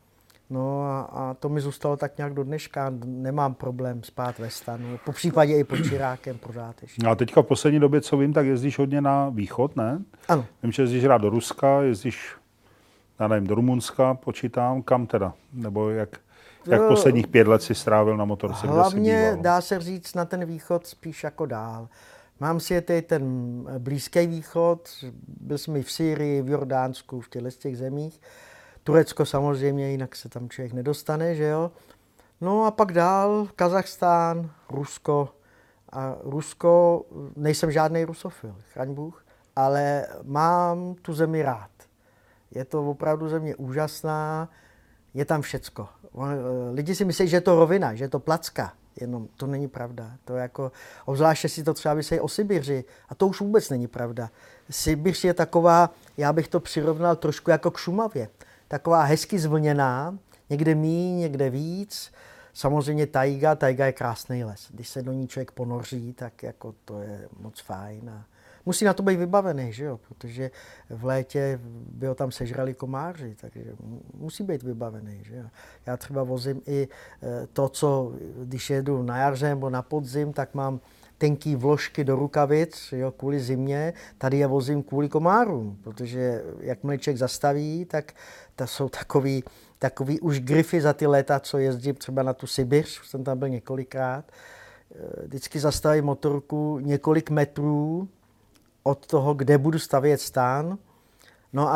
No a to mi zůstalo tak nějak do dneška. Nemám problém spát ve stanu. Po případě i pod čirákem pořád ještě. A teďka v poslední době, co vím, tak jezdíš hodně na východ, ne? Ano. Vím, že jezdíš rád do Ruska, jezdíš, já nevím, do Rumunska, počítám. Kam teda? Nebo jak posledních 5 let si strávil na motorce? Hlavně dá se říct na ten východ spíš jako dál. Mám si ten Blízký východ, byl jsem i v Sýrii, v Jordánsku, v těch zemích. Turecko samozřejmě, jinak se tam člověk nedostane, že jo. No a pak dál Kazachstán, Rusko. A Rusko, nejsem žádný rusofil, chraň Bůh, ale mám tu zemi rád. Je to opravdu země úžasná, je tam všecko. Lidi si myslí, že je to rovina, že je to placka. Jenom to není pravda. To jako, obzvláště si to třeba myslí o Sibiři. A to už vůbec není pravda. Sibiř je taková, já bych to přirovnal trošku jako k Šumavě. Taková hezky zvlněná, někde míň, někde víc. Samozřejmě tajga je krásný les. Když se do ní člověk ponoří, tak jako to je moc fajn. A musí na to být vybavený, že jo? Protože v létě by ho tam sežrali komáři, takže musí být vybavený, že jo? Já třeba vozím i to, co když jedu na jaře nebo na podzim, tak mám tenký vložky do rukavic, jo, kvůli zimě. Tady je vozím kvůli komárům, protože jakmile člověk zastaví, tak to jsou takový už grify za ty léta, co jezdím třeba na tu Sibiř, už jsem tam byl několikrát. Vždycky zastavím motorku několik metrů od toho, kde budu stavět stán. No a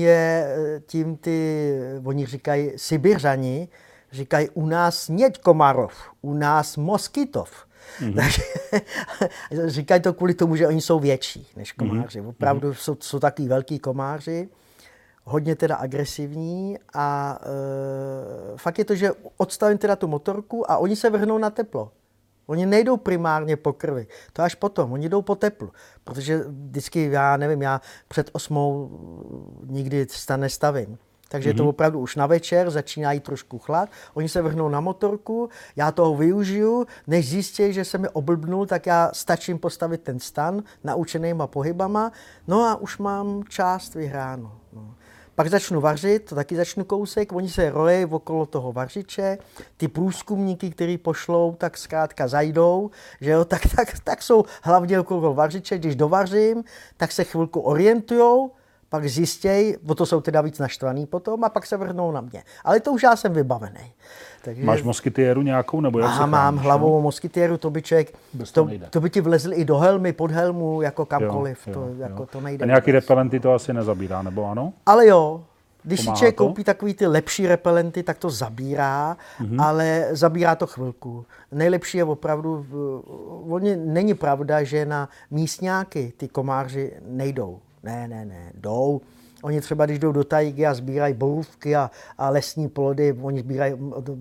oni říkají, Sibiřani, říkají u nás něď komárov, u nás moskytov. Mm-hmm. Takže říkají to kvůli tomu, že oni jsou větší než komáři. Opravdu jsou takový velký komáři, hodně teda agresivní a fakt je to, že odstavím teda tu motorku a oni se vrhnou na teplo. Oni nejdou primárně po krvi, to až potom, oni jdou po teplu, protože vždycky, já nevím, já před 8 nikdy nestavím. Takže je to opravdu už na večer, začíná jít trošku chlad, oni se vrhnou na motorku, já toho využiju, než zjistí, že se mi oblbnul, tak já stačím postavit ten stan naučenýma pohybama, no a už mám část vyhráno. No. Pak začnu vařit, to taky začnu kousek, oni se rolejí okolo toho vařiče, ty průzkumníky, který pošlou, tak zkrátka zajdou, že jo, tak jsou hlavně okolo vařiče, když dovařím, tak se chvilku orientujou, pak zjistějí, o to jsou teda víc naštvaný potom a pak se vrhnou na mě. Ale to už já jsem vybavený. Takže... Máš moskytiéru nějakou? Nebo jak mám hlavovou moskytiéru, to by člověk, to by ti vlezl i do helmy, pod helmu, jako kamkoliv. To nejde. A nějaký repelenty to asi nezabírá, nebo ano? Ale jo. Když si člověk koupí takový ty lepší repelenty, tak to zabírá, ale zabírá to chvilku. Nejlepší je opravdu, není pravda, že na místňáky ty komáři nejdou. Ne, jdou. Oni třeba, když jdou do tajgy a sbírají borůvky a lesní plody, oni sbírají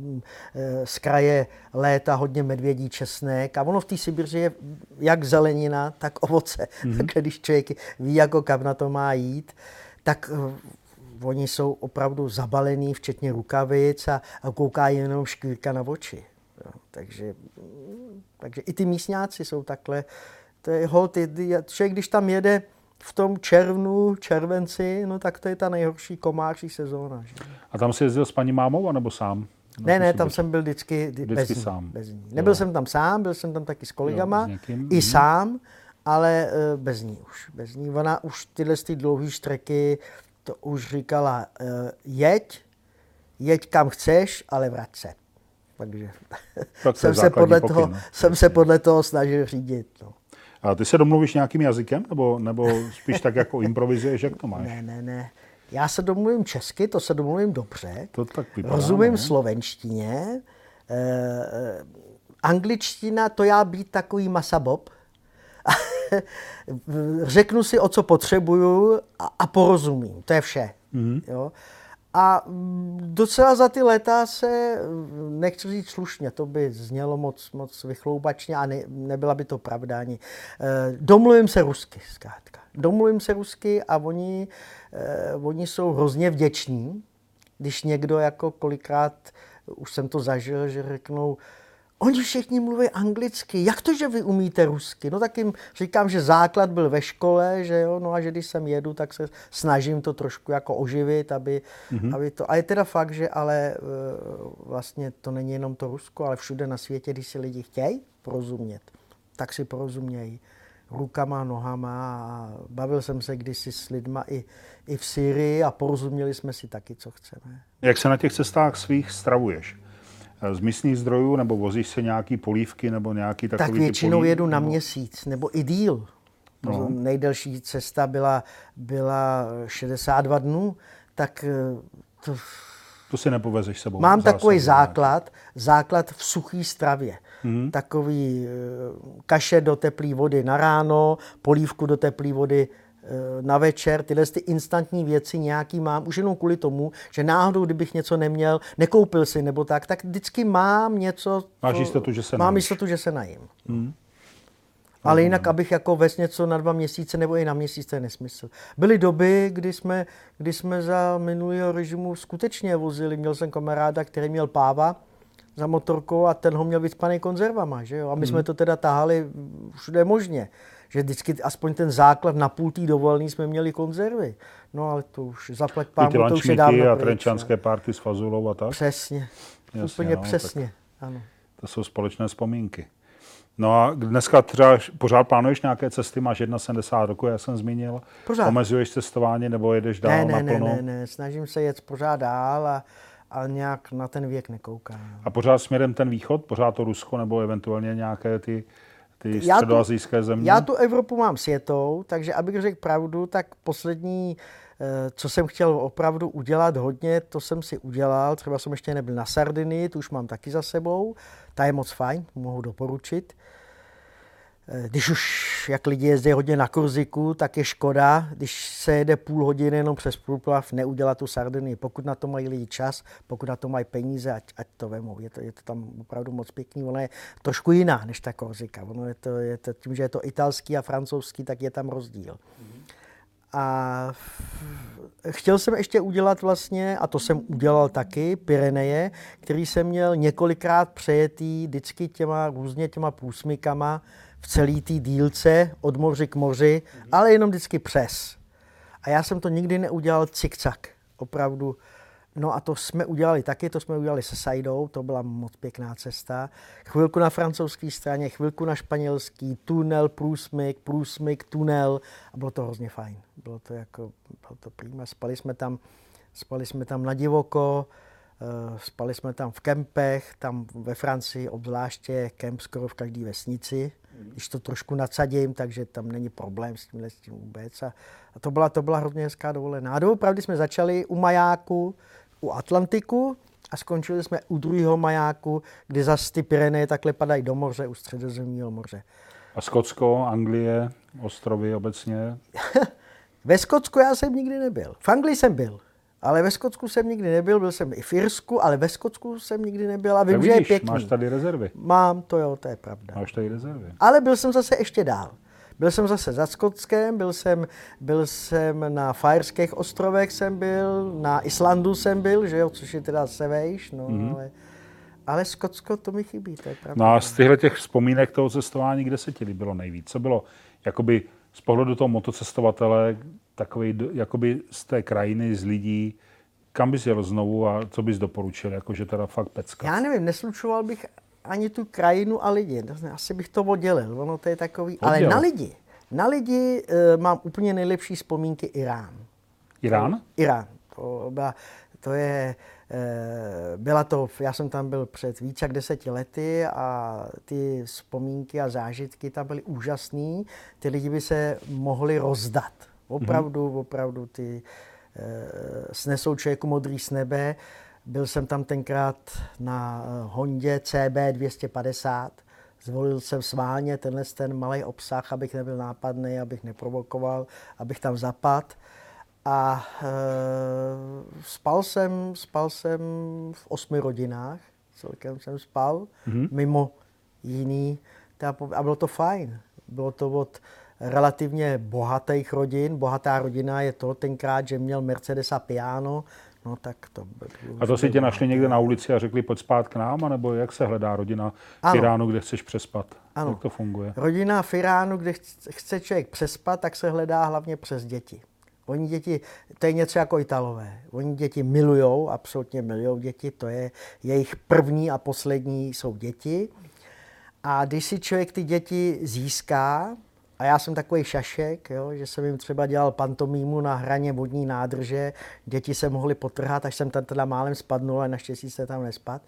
z kraje léta hodně medvědí česnek a ono v té Sibiři je jak zelenina, tak ovoce. Tak když člověk ví, jako kam na to má jít, tak oni jsou opravdu zabalení, včetně rukavic a koukají jenom škýrka na oči. Jo, takže i ty místňáci jsou takhle. To je člověk, když tam jede v tom červenci, no tak to je ta nejhorší komáří sezóna. Že? A tam jsi jezdil s paní mámou, anebo sám? Ne, tam jsem byl vždycky sám. Bez ní. Nebyl jsem tam sám, byl jsem tam taky s kolegama, i sám, ale bez ní už. Bez ní. Ona už tyhle dlouhé štreky, to už říkala, jeď kam chceš, ale vrať se. Takže jsem se podle toho snažil řídit. No. A ty se domluvíš nějakým jazykem, nebo spíš tak jako improvizuješ, jak to máš? Ne. Já se domluvím česky, to se domluvím dobře. To tak vypadá, rozumím slovenštině. Angličtina, to já být takový masabob. Řeknu si, o co potřebuju a porozumím. To je vše. Jo? A docela za ty léta se, nechci říct slušně, to by znělo moc vychloubačně a nebyla by to pravda ani. Domluvím se rusky, zkrátka. Domluvím se rusky a oni jsou hrozně vděční, když někdo jako kolikrát, už jsem to zažil, že řeknou, Oni všichni mluví anglicky. Jak to, že vy umíte rusky? No tak jim říkám, že základ byl ve škole, že jo, no a že když sem jedu, tak se snažím to trošku jako oživit, aby to... A je teda fakt, že ale vlastně to není jenom to Rusko, ale všude na světě, když si lidi chtějí porozumět, tak si porozumějí rukama, nohama a bavil jsem se kdysi s lidma i v Syrii a porozuměli jsme si taky, co chceme. Jak se na těch cestách svých stravuješ? Z místních zdrojů, nebo vozíš si nějaký polívky, nebo nějaký takový... Tak většinou jedu na měsíc, nebo i díl. No. Nejdelší cesta byla 62 dnů, tak to si nepovezeš sebou. Mám takový základ v suchý stravě. Takový kaše do teplé vody na ráno, polívku do teplé vody na večer, tyhle ty instantní věci nějaký mám, už jenom kvůli tomu, že náhodou, kdybych něco neměl, nekoupil si nebo tak vždycky mám něco... Máš jistotu, že se Mám jistotu, že se najím. Ale jinak, abych jako vez něco na 2 měsíce nebo i na měsíc, to je nesmysl. Byly doby, kdy jsme za minulého režimu skutečně vozili. Měl jsem kamaráda, který měl páva za motorkou a ten ho měl vycpaný konzervama, že jo? A my jsme to teda tahali všude možně. Že vždycky aspoň ten základ na půl té dovolený jsme měli konzervy. No ale to už zaplať pámu, to už je dávno pryč. A trenčanské párty s fazulou a tak? Přesně, jasně, úplně přesně, ano. To jsou společné vzpomínky. No a dneska třeba pořád plánuješ nějaké cesty, máš 71 roku, já jsem zmínil. Pořád. Omezuješ cestování nebo jedeš dál naplno? Ne, snažím se jet pořád dál a nějak na ten věk nekoukám. A pořád směrem ten východ, pořád to Rusko nebo eventuálně nějaké ty středoasijské země? Já tu Evropu mám sjetou, takže abych řekl pravdu, tak poslední, co jsem chtěl opravdu udělat hodně, to jsem si udělal. Třeba jsem ještě nebyl na Sardinii, tu už mám taky za sebou. Ta je moc fajn, mohu doporučit. Když už, jak lidi jezdí hodně na Korziku, tak je škoda, když se jede půl hodiny jenom přes průplav, neudělat tu Sardinii. Pokud na to mají lidi čas, pokud na to mají peníze, ať to vemou. Je to tam opravdu moc pěkný. Ona je trošku jiná než ta Korzika. Ono je to tím, že je to italský a francouzský, tak je tam rozdíl. A chtěl jsem ještě udělat vlastně, a to jsem udělal taky, Pyreneje, který jsem měl několikrát přejetý vždycky různě těma průsmykama v celé té dílce od moři k moři, ale jenom vždycky přes. A já jsem to nikdy neudělal cikcak, opravdu. No a to jsme udělali taky, to jsme udělali se Saidou, to byla moc pěkná cesta. Chvilku na francouzské straně, chvilku na španělský, tunel, průsmyk, tunel a bylo to hrozně fajn. Bylo to prima, spali jsme tam na divoko, spali jsme tam v kempech, tam ve Francii obzvláště kemp skoro v každé vesnici, když to trošku nadsadím, takže tam není problém s tím vůbec. A to byla hrozně hezká dovolená. A doopravdy jsme začali u majáku, u Atlantiku a skončili jsme u druhého majáku, kdy zase ty Pyreneje takhle padají do moře, u Středozemního moře. A Skotsko, Anglie, ostrovy obecně? Ve Skotsku já jsem nikdy nebyl. V Anglii jsem byl, ale ve Skotsku jsem nikdy nebyl. Byl jsem i v Irsku, ale ve Skotsku jsem nikdy nebyl a vím, že je pěkný. Máš tady rezervy? Mám, to je pravda. Máš tady rezervy. Ale byl jsem zase ještě dál. Byl jsem zase za Skotskem, byl jsem na Fajerských ostrovech na Islandu jsem byl, že jo, což je teda sevejš, no, ale Skotsko to mi chybí, to je pravda. No a z těch vzpomínek toho cestování, kde se ti líbilo nejvíc? Co bylo jakoby z pohledu toho motocestovatele, takový jakoby z té krajiny, z lidí, kam bys jel znovu a co bys doporučil, jakože teda fakt pecka? Já nevím, neslučoval bych ani tu krajinu a lidi. Asi bych to oddělil. Ono to je takový. Ale na lidi mám úplně nejlepší vzpomínky Irán. Irán? Irán. Já jsem tam byl před více jak 10 lety a ty vzpomínky a zážitky tam byly úžasný. Ty lidi by se mohli rozdat. Opravdu ty snesou člověku modrý z nebe. Byl jsem tam tenkrát na Hondě CB 250. Zvolil jsem sválně ten malý obsah, abych nebyl nápadný, abych neprovokoval, abych tam zapadl. A spal jsem v 8 rodinách, celkem jsem spal, mimo jiný. A bylo to fajn. Bylo to od relativně bohatých rodin. Bohatá rodina je to tenkrát, že měl Mercedesa Piano. No tak to bylo. A to si tě našli někde na ulici a řekli, pojď spát k nám, anebo jak se hledá rodina v Iránu, kde chceš přespat? Ano. Jak to funguje? Rodina v Iránu, kde chce člověk přespat, tak se hledá hlavně přes děti. Oni děti, to je něco jako Italové. Oni děti milujou, absolutně milujou děti, to je jejich první a poslední jsou děti. A když si člověk ty děti získá, a já jsem takový šašek, jo, že jsem jim třeba dělal pantomímu na hraně vodní nádrže, děti se mohly potrhat, až jsem tam teda málem spadnul, ale naštěstí se tam nespad.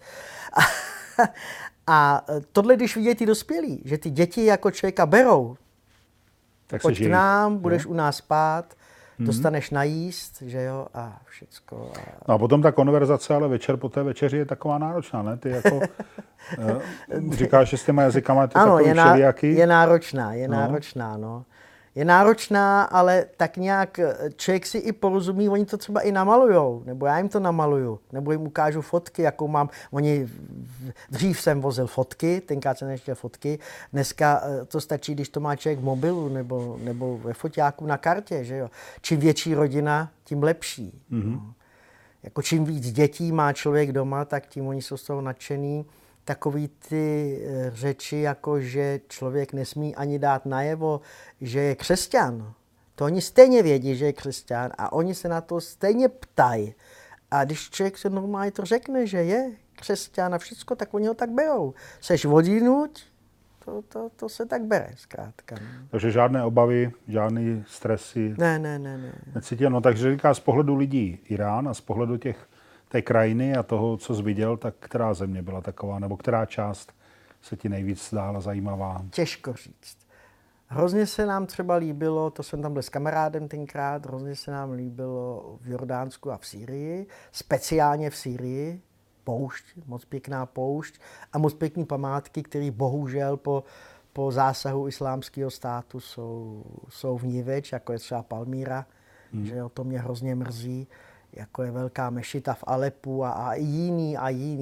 A tohle, když vidějí ty dospělí, že ty děti jako člověka berou, tak pojď k nám, budeš u nás spát, dostaneš najíst, že jo, a všecko. No a potom ta konverzace, ale večer po té večeři je taková náročná, ne? Ty jako říkáš, že s těma jazykama ty ano, takový všelijaký. Je náročná, no. Je náročná, ale tak nějak člověk si i porozumí, oni to třeba i namalujou, nebo já jim to namaluju, nebo jim ukážu fotky, jakou mám. Dřív jsem vozil fotky, tenkrát jsem nechtěl fotky, dneska to stačí, když to má člověk v mobilu nebo ve foťáku na kartě, že jo. Čím větší rodina, tím lepší. No. Jako čím víc dětí má člověk doma, tak tím oni jsou z toho nadšený. Takový ty řeči, jako že člověk nesmí ani dát najevo, že je křesťan. To oni stejně vědí, že je křesťan a oni se na to stejně ptají. A když člověk se normálně to řekne, že je křesťan a všecko, tak oni ho tak berou. Seš odjinuť, to se tak bere zkrátka. Takže žádné obavy, žádný stresy. Ne. Necítil. No takže říká z pohledu lidí Irán a z pohledu té krajiny a toho, co jsi viděl, tak která země byla taková, nebo která část se ti nejvíc zdála zajímavá? Těžko říct. Hrozně se nám třeba líbilo, to jsem tam byl s kamarádem tenkrát, hrozně se nám líbilo v Jordánsku a v Sýrii, speciálně v Sýrii, poušť, moc pěkná poušť a moc pěkný památky, které bohužel po zásahu islámského státu jsou vniveč, jako je třeba Palmíra, že jo, to mě hrozně mrzí. Jako je velká mešita v Alepu a jiný.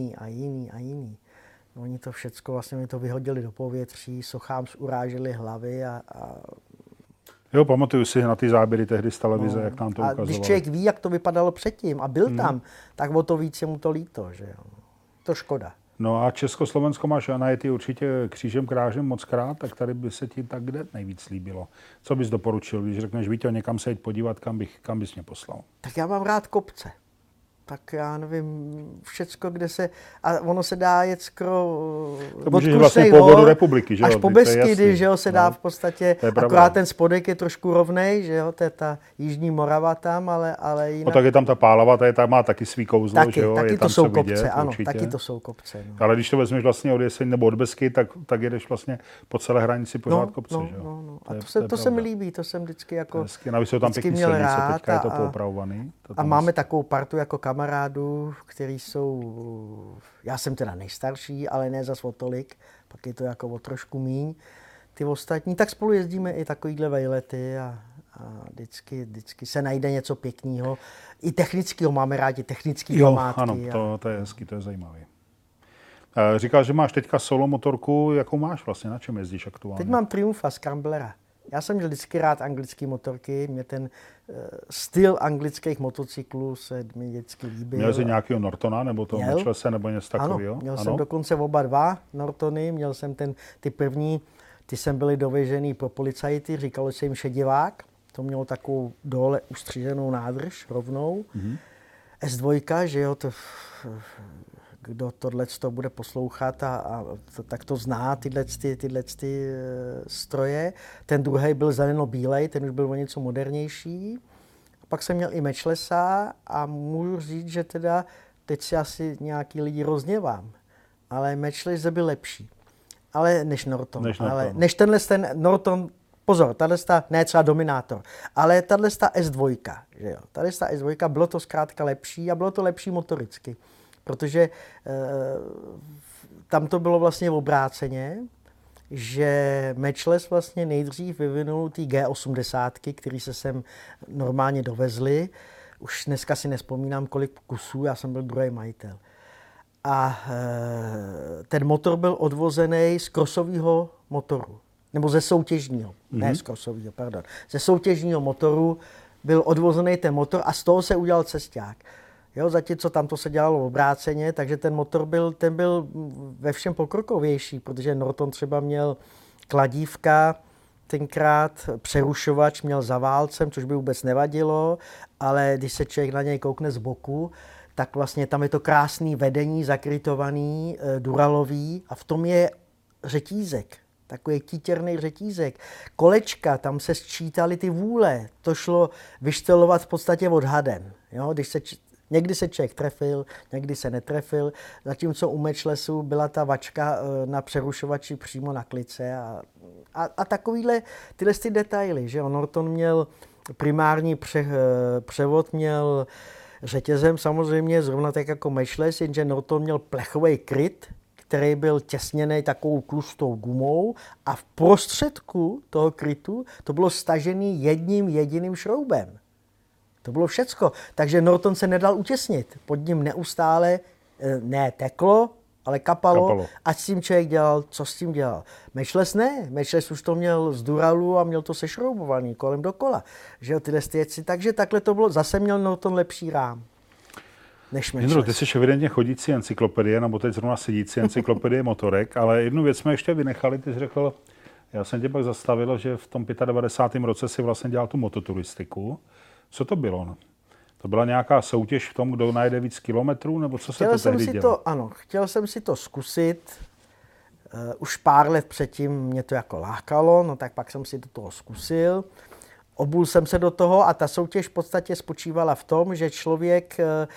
Oni to všecko vlastně mi to vyhodili do povětří, sochám uráželi hlavy a... Jo, pamatuju si na ty záběry tehdy z televize, jak nám to ukazovali. A když člověk ví, jak to vypadalo předtím a byl tam, tak o to víc je mu to líto, že jo. To škoda. No a Československo máš najetý určitě křížem krážem mockrát, tak tady by se ti tak kde nejvíc líbilo. Co bys doporučil, když řekneš, Víťo, někam se jít podívat, kam bys mě poslal? Tak já mám rád kopce. Tak já nevím, všecko, kde se... A ono se dá jet skoro to můžeš vlastně po vodu republiky, že jo? Až po Beskydy, že jo, se dá v podstatě... Akorát ten spodek je trošku rovnej, že jo, to je ta Jižní Morava tam, ale jinak... No tak je tam ta Pálava, ta má taky svý kouzlo, že jo? Taky to jsou kopce, vidět, ano, určitě. taky to jsou kopce. No. Ale když to vezmeš vlastně od Jeseň nebo od Besky, tak jedeš vlastně po celé hranici pořád kopce, že jo? No. A to se mi líbí, to jsem vždycky jako... Navíc jsou tam pěkný silnice, teďka je to poopravovaný. A máme takovou partu jako kamarádů, který jsou, já jsem teda nejstarší, ale ne zas o tolik, pak je to jako o trošku míň. Ty ostatní, tak spolu jezdíme i takovýhle vejlety a vždycky se najde něco pěkného. I technického máme rádi, technické památky. Ano, to je hezký, to je zajímavý. Říkal, že máš teďka solo motorku, jakou máš vlastně, na čem jezdíš aktuálně? Teď mám Triumfa Scramblera. Já jsem měl vždycky rád anglické motorky, mě ten styl anglických motocyklů se mi vždycky líbil. Měl jsi nějakého Nortona, nebo toho Mitchellse, nebo něco takového? Ano, měl jsem dokonce oba dva Nortony, měl jsem ty první, ty jsem byly dovežený pro policajty, říkalo se jim šedivák, to mělo takovou dole ustříženou nádrž rovnou. S2, že jo, kdo tohleto bude poslouchat tak to zná, tyhle stroje. Ten druhý byl zeleno-bílej, ten už byl o něco modernější. Pak jsem měl i Mitchellsa a můžu říct, že teda teď si asi nějaký lidi rozněvám, ale Mitchell byl lepší. Ale než Norton. Než tenhle Norton, pozor, tato ne třeba Dominátor, ale tato S2, že jo. Tato S2 bylo to zkrátka lepší a bylo to lepší motoricky. Protože tam to bylo vlastně obráceně, že Matchless vlastně nejdřív vyvinul ty G80, které se sem normálně dovezly. Už dneska si nespomínám, kolik kusů, já jsem byl druhý majitel. A ten motor byl odvozený z krosového motoru, nebo ze soutěžního, ne z krosového, pardon. Ze soutěžního motoru byl odvozený ten motor a z toho se udělal cesták. Jo, zatímco tam to se dělalo obráceně, takže ten motor ten byl ve všem pokrokovější, protože Norton třeba měl kladívka, tenkrát přerušovač měl za válcem, což by vůbec nevadilo, ale když se člověk na něj koukne z boku, tak vlastně tam je to krásný vedení, zakrytovaný, duralový a v tom je řetízek, takový títěrný řetízek. Kolečka, tam se sčítaly ty vůle, to šlo vyštelovat v podstatě odhadem. Jo? Někdy se člověk trefil, někdy se netrefil, zatímco u Matchlessu byla ta vačka na přerušovači přímo na klice a takovýhle tyhle ty detaily, že jo? Norton měl primární převod, měl řetězem samozřejmě, zrovna tak jako Matchless, jenže Norton měl plechový kryt, který byl těsněný takovou tlustou gumou a v prostředku toho krytu to bylo stažený jedním jediným šroubem. To bylo všecko. Takže Norton se nedal utěsnit. Pod ním neustále ne teklo, ale kapalo. Ať s tím člověk dělal, co s tím dělal. Matchless ne. Matchless už to měl z duralu a měl to sešroubovaný kolem dokola. Že jo, tyhle věci. Takže takhle to bylo. Zase měl Norton lepší rám. Jindro, ty jsi evidentně chodící encyklopedie, nebo teď zrovna sedící encyklopedie motorek, ale jednu věc jsme ještě vynechali, ty jsi řekl, já jsem tě pak zastavil, že v tom 95. roce si vlastně dělal tu mototuristiku. Co to bylo? To byla nějaká soutěž v tom, kdo najde víc kilometrů, nebo co se to tehdy dělo? Ano, chtěl jsem si to zkusit. Už pár let předtím mě to jako lákalo, no tak pak jsem si do toho zkusil. Obul jsem se do toho a ta soutěž v podstatě spočívala v tom, že člověk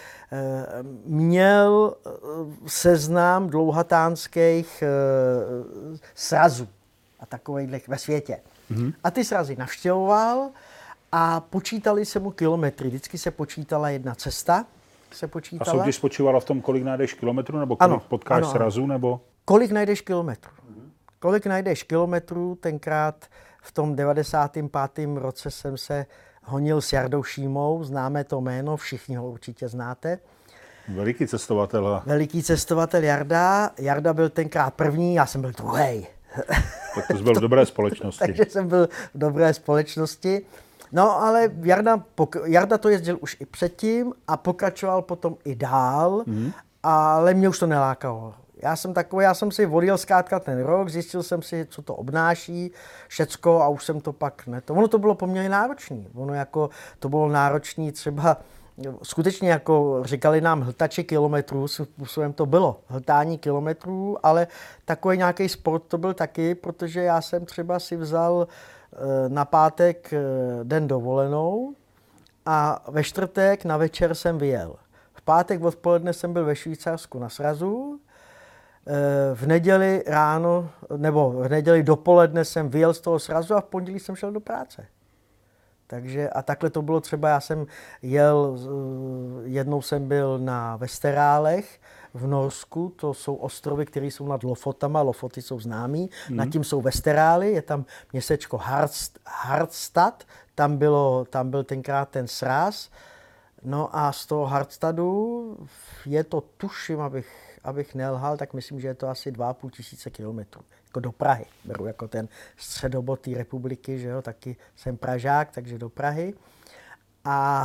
měl seznam dlouhatánských srazů a takových ve světě. Mm-hmm. A ty srazy navštěvoval a počítali se mu kilometry. Vždycky se počítala jedna cesta. A soutěž spočívala v tom, kolik najdeš kilometrů, nebo kolik potkáš srazů, nebo? Kolik najdeš kilometrů. Kolik najdeš kilometrů, tenkrát v tom 95. roce jsem se honil s Jardou Šímou, známe to jméno, všichni ho určitě znáte. Veliký cestovatel. Veliký cestovatel Jarda. Jarda byl tenkrát první, já jsem byl druhý. Tak to jsi byl v dobré společnosti. Takže jsem byl v dobré společnosti. No ale Jarda to jezdil už i předtím a pokračoval potom i dál, ale mě už to nelákalo. Já jsem si odjel zkrátka ten rok, zjistil jsem si, co to obnáší, všecko a už jsem to pak Ono to bylo poměrně náročné. To bylo náročné třeba, skutečně jako říkali nám hltači kilometrů, způsobem to bylo, hltání kilometrů, ale takový nějaký sport to byl taky, protože já jsem třeba si vzal na pátek den dovolenou a ve čtvrtek na večer jsem vyjel. V pátek odpoledne jsem byl ve Švýcarsku na srazu, v neděli ráno, nebo v neděli dopoledne jsem vyjel z toho srazu a v pondělí jsem šel do práce. Takže a takhle to bylo třeba, já jsem jel, jednou jsem byl na Vesterálech v Norsku, to jsou ostrovy, které jsou nad Lofotama, Lofoty jsou známý, nad tím jsou Vesterály, je tam městečko Hardstad, tam byl tenkrát ten sraz, no a z toho Hardstadu je to, tuším, abych nelhal, tak myslím, že je to asi 2500 kilometrů. Jako do Prahy. Beru jako ten středobod té republiky, že jo, taky jsem Pražák, takže do Prahy. A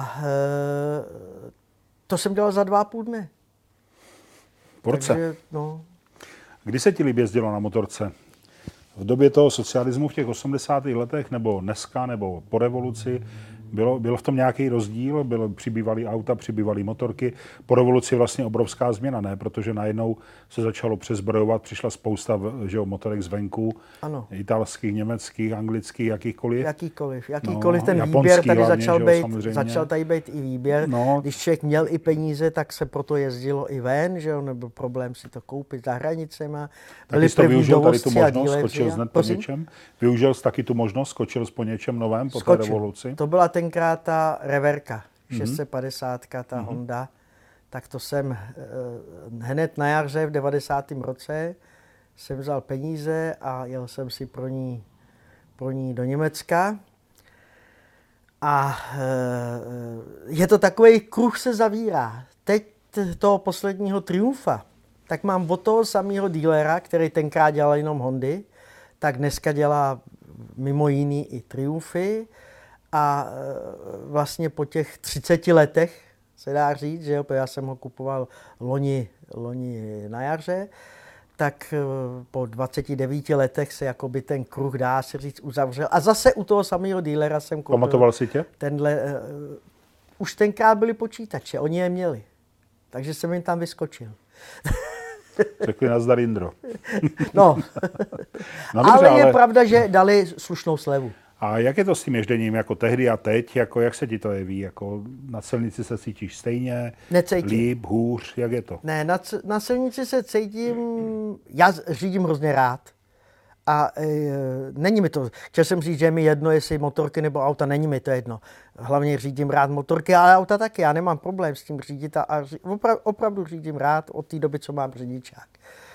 to jsem dělal za 2,5 dne. Porce. Takže, no. Kdy se ti líbí jezdilo na motorce? V době toho socialismu v těch 80. letech, nebo dneska, nebo po revoluci? Bylo v tom nějaký rozdíl? Přibývaly auta, přibývaly motorky. Po revoluci vlastně obrovská změna, ne? Protože najednou se začalo přezbrojovat, přišla spousta motorek zvenku. Ano. Italských, německých, anglických, jakýchkoliv. Jakýkoliv ten výběr tady začal tady být i výběr. No. Když člověk měl i peníze, tak se proto jezdilo i ven, že jo? Nebyl problém si to koupit za hranicema. Taky jsi to využil tady tu možnost, skočil jsi po něčem? Využil jsi taky tu možnost, skočil jsi po něčem novém po té revoluci? To byla tenkrát ta Reverka, 650, ta Honda, tak to jsem hned na jaře v 90. roce jsem vzal peníze a jel jsem si pro ní do Německa. A je to takový kruh se zavírá. Teď toho posledního Triumfa, tak mám od toho samého dílera, který tenkrát dělal jenom Hondy, tak dneska dělá mimo jiný i Triumfy. A vlastně po těch 30 letech se dá říct, že jo, protože já jsem ho kupoval loni na jaře, tak po 29 letech se jakoby ten kruh, dá se říct, uzavřel. A zase u toho samého dealera jsem koupil. Pamatoval si tě? Už tenkrát byli počítače, oni je měli. Takže jsem jim tam vyskočil. Řekli nazdar, Jindro. No, dobře, ale je pravda, že dali slušnou slevu. A jak je to s tím ježděním jako tehdy a teď? Jako, jak se ti to jeví? Jako na silnici se cítíš stejně? Necítím. Líp, hůř? Jak je to? Ne, na silnici se cítím, já řídím hrozně rád. A není mi to, chtěl jsem říct, že je mi jedno, jestli motorky nebo auta, není mi to jedno. Hlavně řídím rád motorky, ale auta taky, já nemám problém s tím řídit a opravdu řídím rád od té doby, co mám řidičák.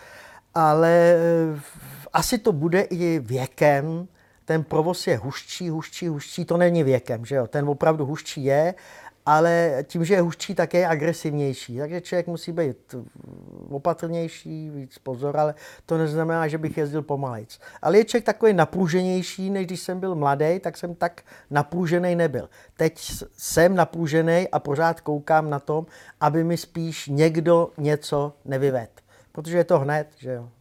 Ale asi to bude i věkem, ten provoz je hužčí, to není věkem, že jo, ten opravdu hužčí je, ale tím, že je hužčí, tak je agresivnější, takže člověk musí být opatrnější, víc pozor, ale to neznamená, že bych jezdil pomalejc. Ale je člověk takový napruženější, než když jsem byl mladý, tak jsem tak napružený nebyl. Teď jsem napružený a pořád koukám na tom, aby mi spíš někdo něco nevyvedl, protože je to hned, že jo.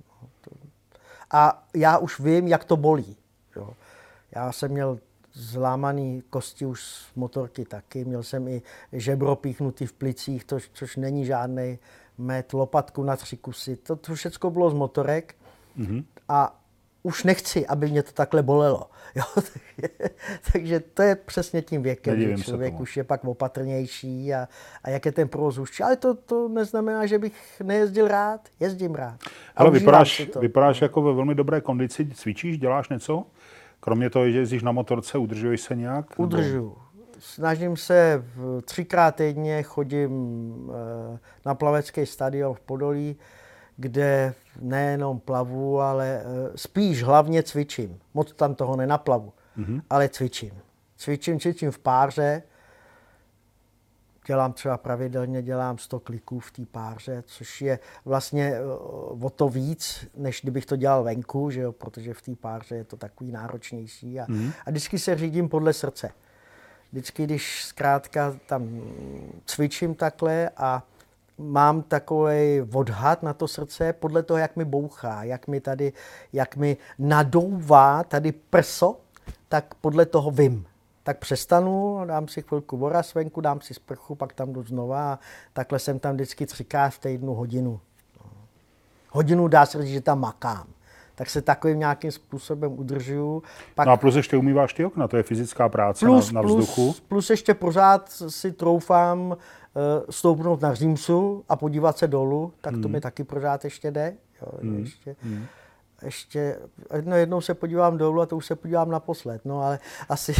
A já už vím, jak to bolí. Jo. Já jsem měl zlámaný kosti už z motorky taky, měl jsem i žebro píchnutý v plicích, což není žádný met, lopatku na 3 kusy, to všechno bylo z motorek a už nechci, aby mě to takhle bolelo. Jo, takže to je přesně tím věkem, že člověk už je pak opatrnější a jak je ten provoz hustší. Ale to neznamená, že bych nejezdil rád, jezdím rád. Ale vypadáš jako ve velmi dobré kondici, cvičíš, děláš něco? Kromě toho, že jezdíš na motorce, udržuješ se nějak? Udržuju. Snažím se 3krát týdně, chodím na plavecký stadion v Podolí, kde nejenom plavu, ale spíš hlavně cvičím. Moc tam toho nenaplavu, ale cvičím. Cvičím v páře, dělám pravidelně 100 kliků v té páře, což je vlastně o to víc, než kdybych to dělal venku, že jo, protože v té páře je to takový náročnější. A vždycky se řídím podle srdce. Vždycky, když zkrátka tam cvičím takhle a mám takový odhad na to srdce podle toho, jak mi bouchá, jak mi nadouvá tady prso, tak podle toho vím. Tak přestanu, dám si chvilku voraz venku, dám si sprchu, pak tam jdu znova a takhle jsem tam vždycky 3krát v týdnu hodinu. Hodinu dá se říct, že tam makám. Tak se takovým nějakým způsobem udržuju. Pak... No a plus ještě umýváš ty okna, to je fyzická práce na vzduchu. Plus ještě pořád si troufám stoupnout na římsu a podívat se dolů, tak to mi taky pořád ještě jde. Jo, ještě jednou se podívám dolů a to už se podívám naposled, no ale asi...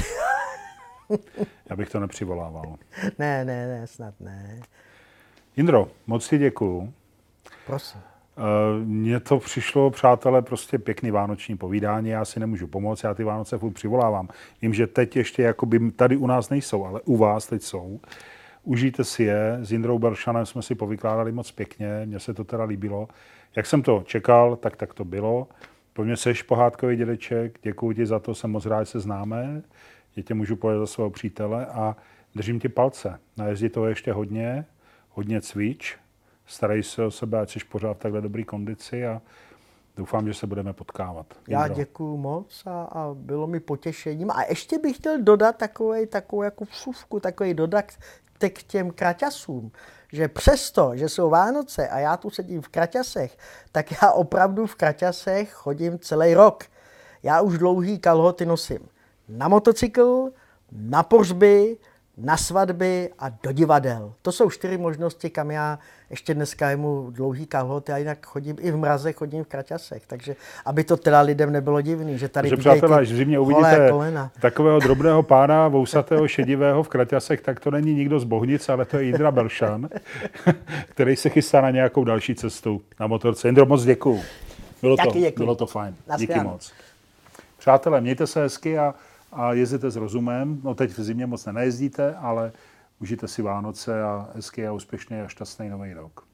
Já bych to nepřivolával. Ne, snad ne. Jindro, moc ti děkuju. Prosím. Mně to přišlo, přátelé, prostě pěkný vánoční povídání, já si nemůžu pomoct, já ty Vánoce furt přivolávám. Vím, že teď ještě jakoby tady u nás nejsou, ale u vás teď jsou. Užijte si je, s Jindrou Belšanem jsme si povykládali moc pěkně, mně se to teda líbilo. Jak jsem to čekal, tak to bylo. Pro mě seš pohádkový dědeček, děkuji ti za to, jsem moc rád, že se známe. Já tě můžu povědět za svého přítele a držím ti palce. Na jezdi toho ještě hodně cvič, starej se o sebe, ať jsi pořád v takhle dobrý kondici a doufám, že se budeme potkávat. Já děkuju moc a bylo mi potěšením. A ještě bych chtěl dodat takovou jako vsuvku, takový dodatek k těm kraťasům, že přesto, že jsou Vánoce a já tu sedím v kraťasech, tak já opravdu v kraťasech chodím celý rok. Já už dlouhý kalhoty nosím na motocykl, na pohřby, na svatby a do divadel. To jsou 4 možnosti, kam já ještě dneska jemu dlouhý kalhoty a jinak chodím i v mraze, chodím v kraťasech. Takže aby to teda lidem nebylo divný, že tady vidíte přátelé, až v zimě uvidíte takového drobného pána, vousatého, šedivého v kraťasech, tak to není nikdo z Bohnic, ale to je Jindra Belšan, který se chystá na nějakou další cestu na motorce. Jindro, moc děkuju. Bylo to fajn. Díky moc. Přátelé, mějte se hezky a jezděte s rozumem. No teď v zimě moc nenajezdíte, ale užijte si Vánoce a hezký a úspěšný a šťastný nový rok.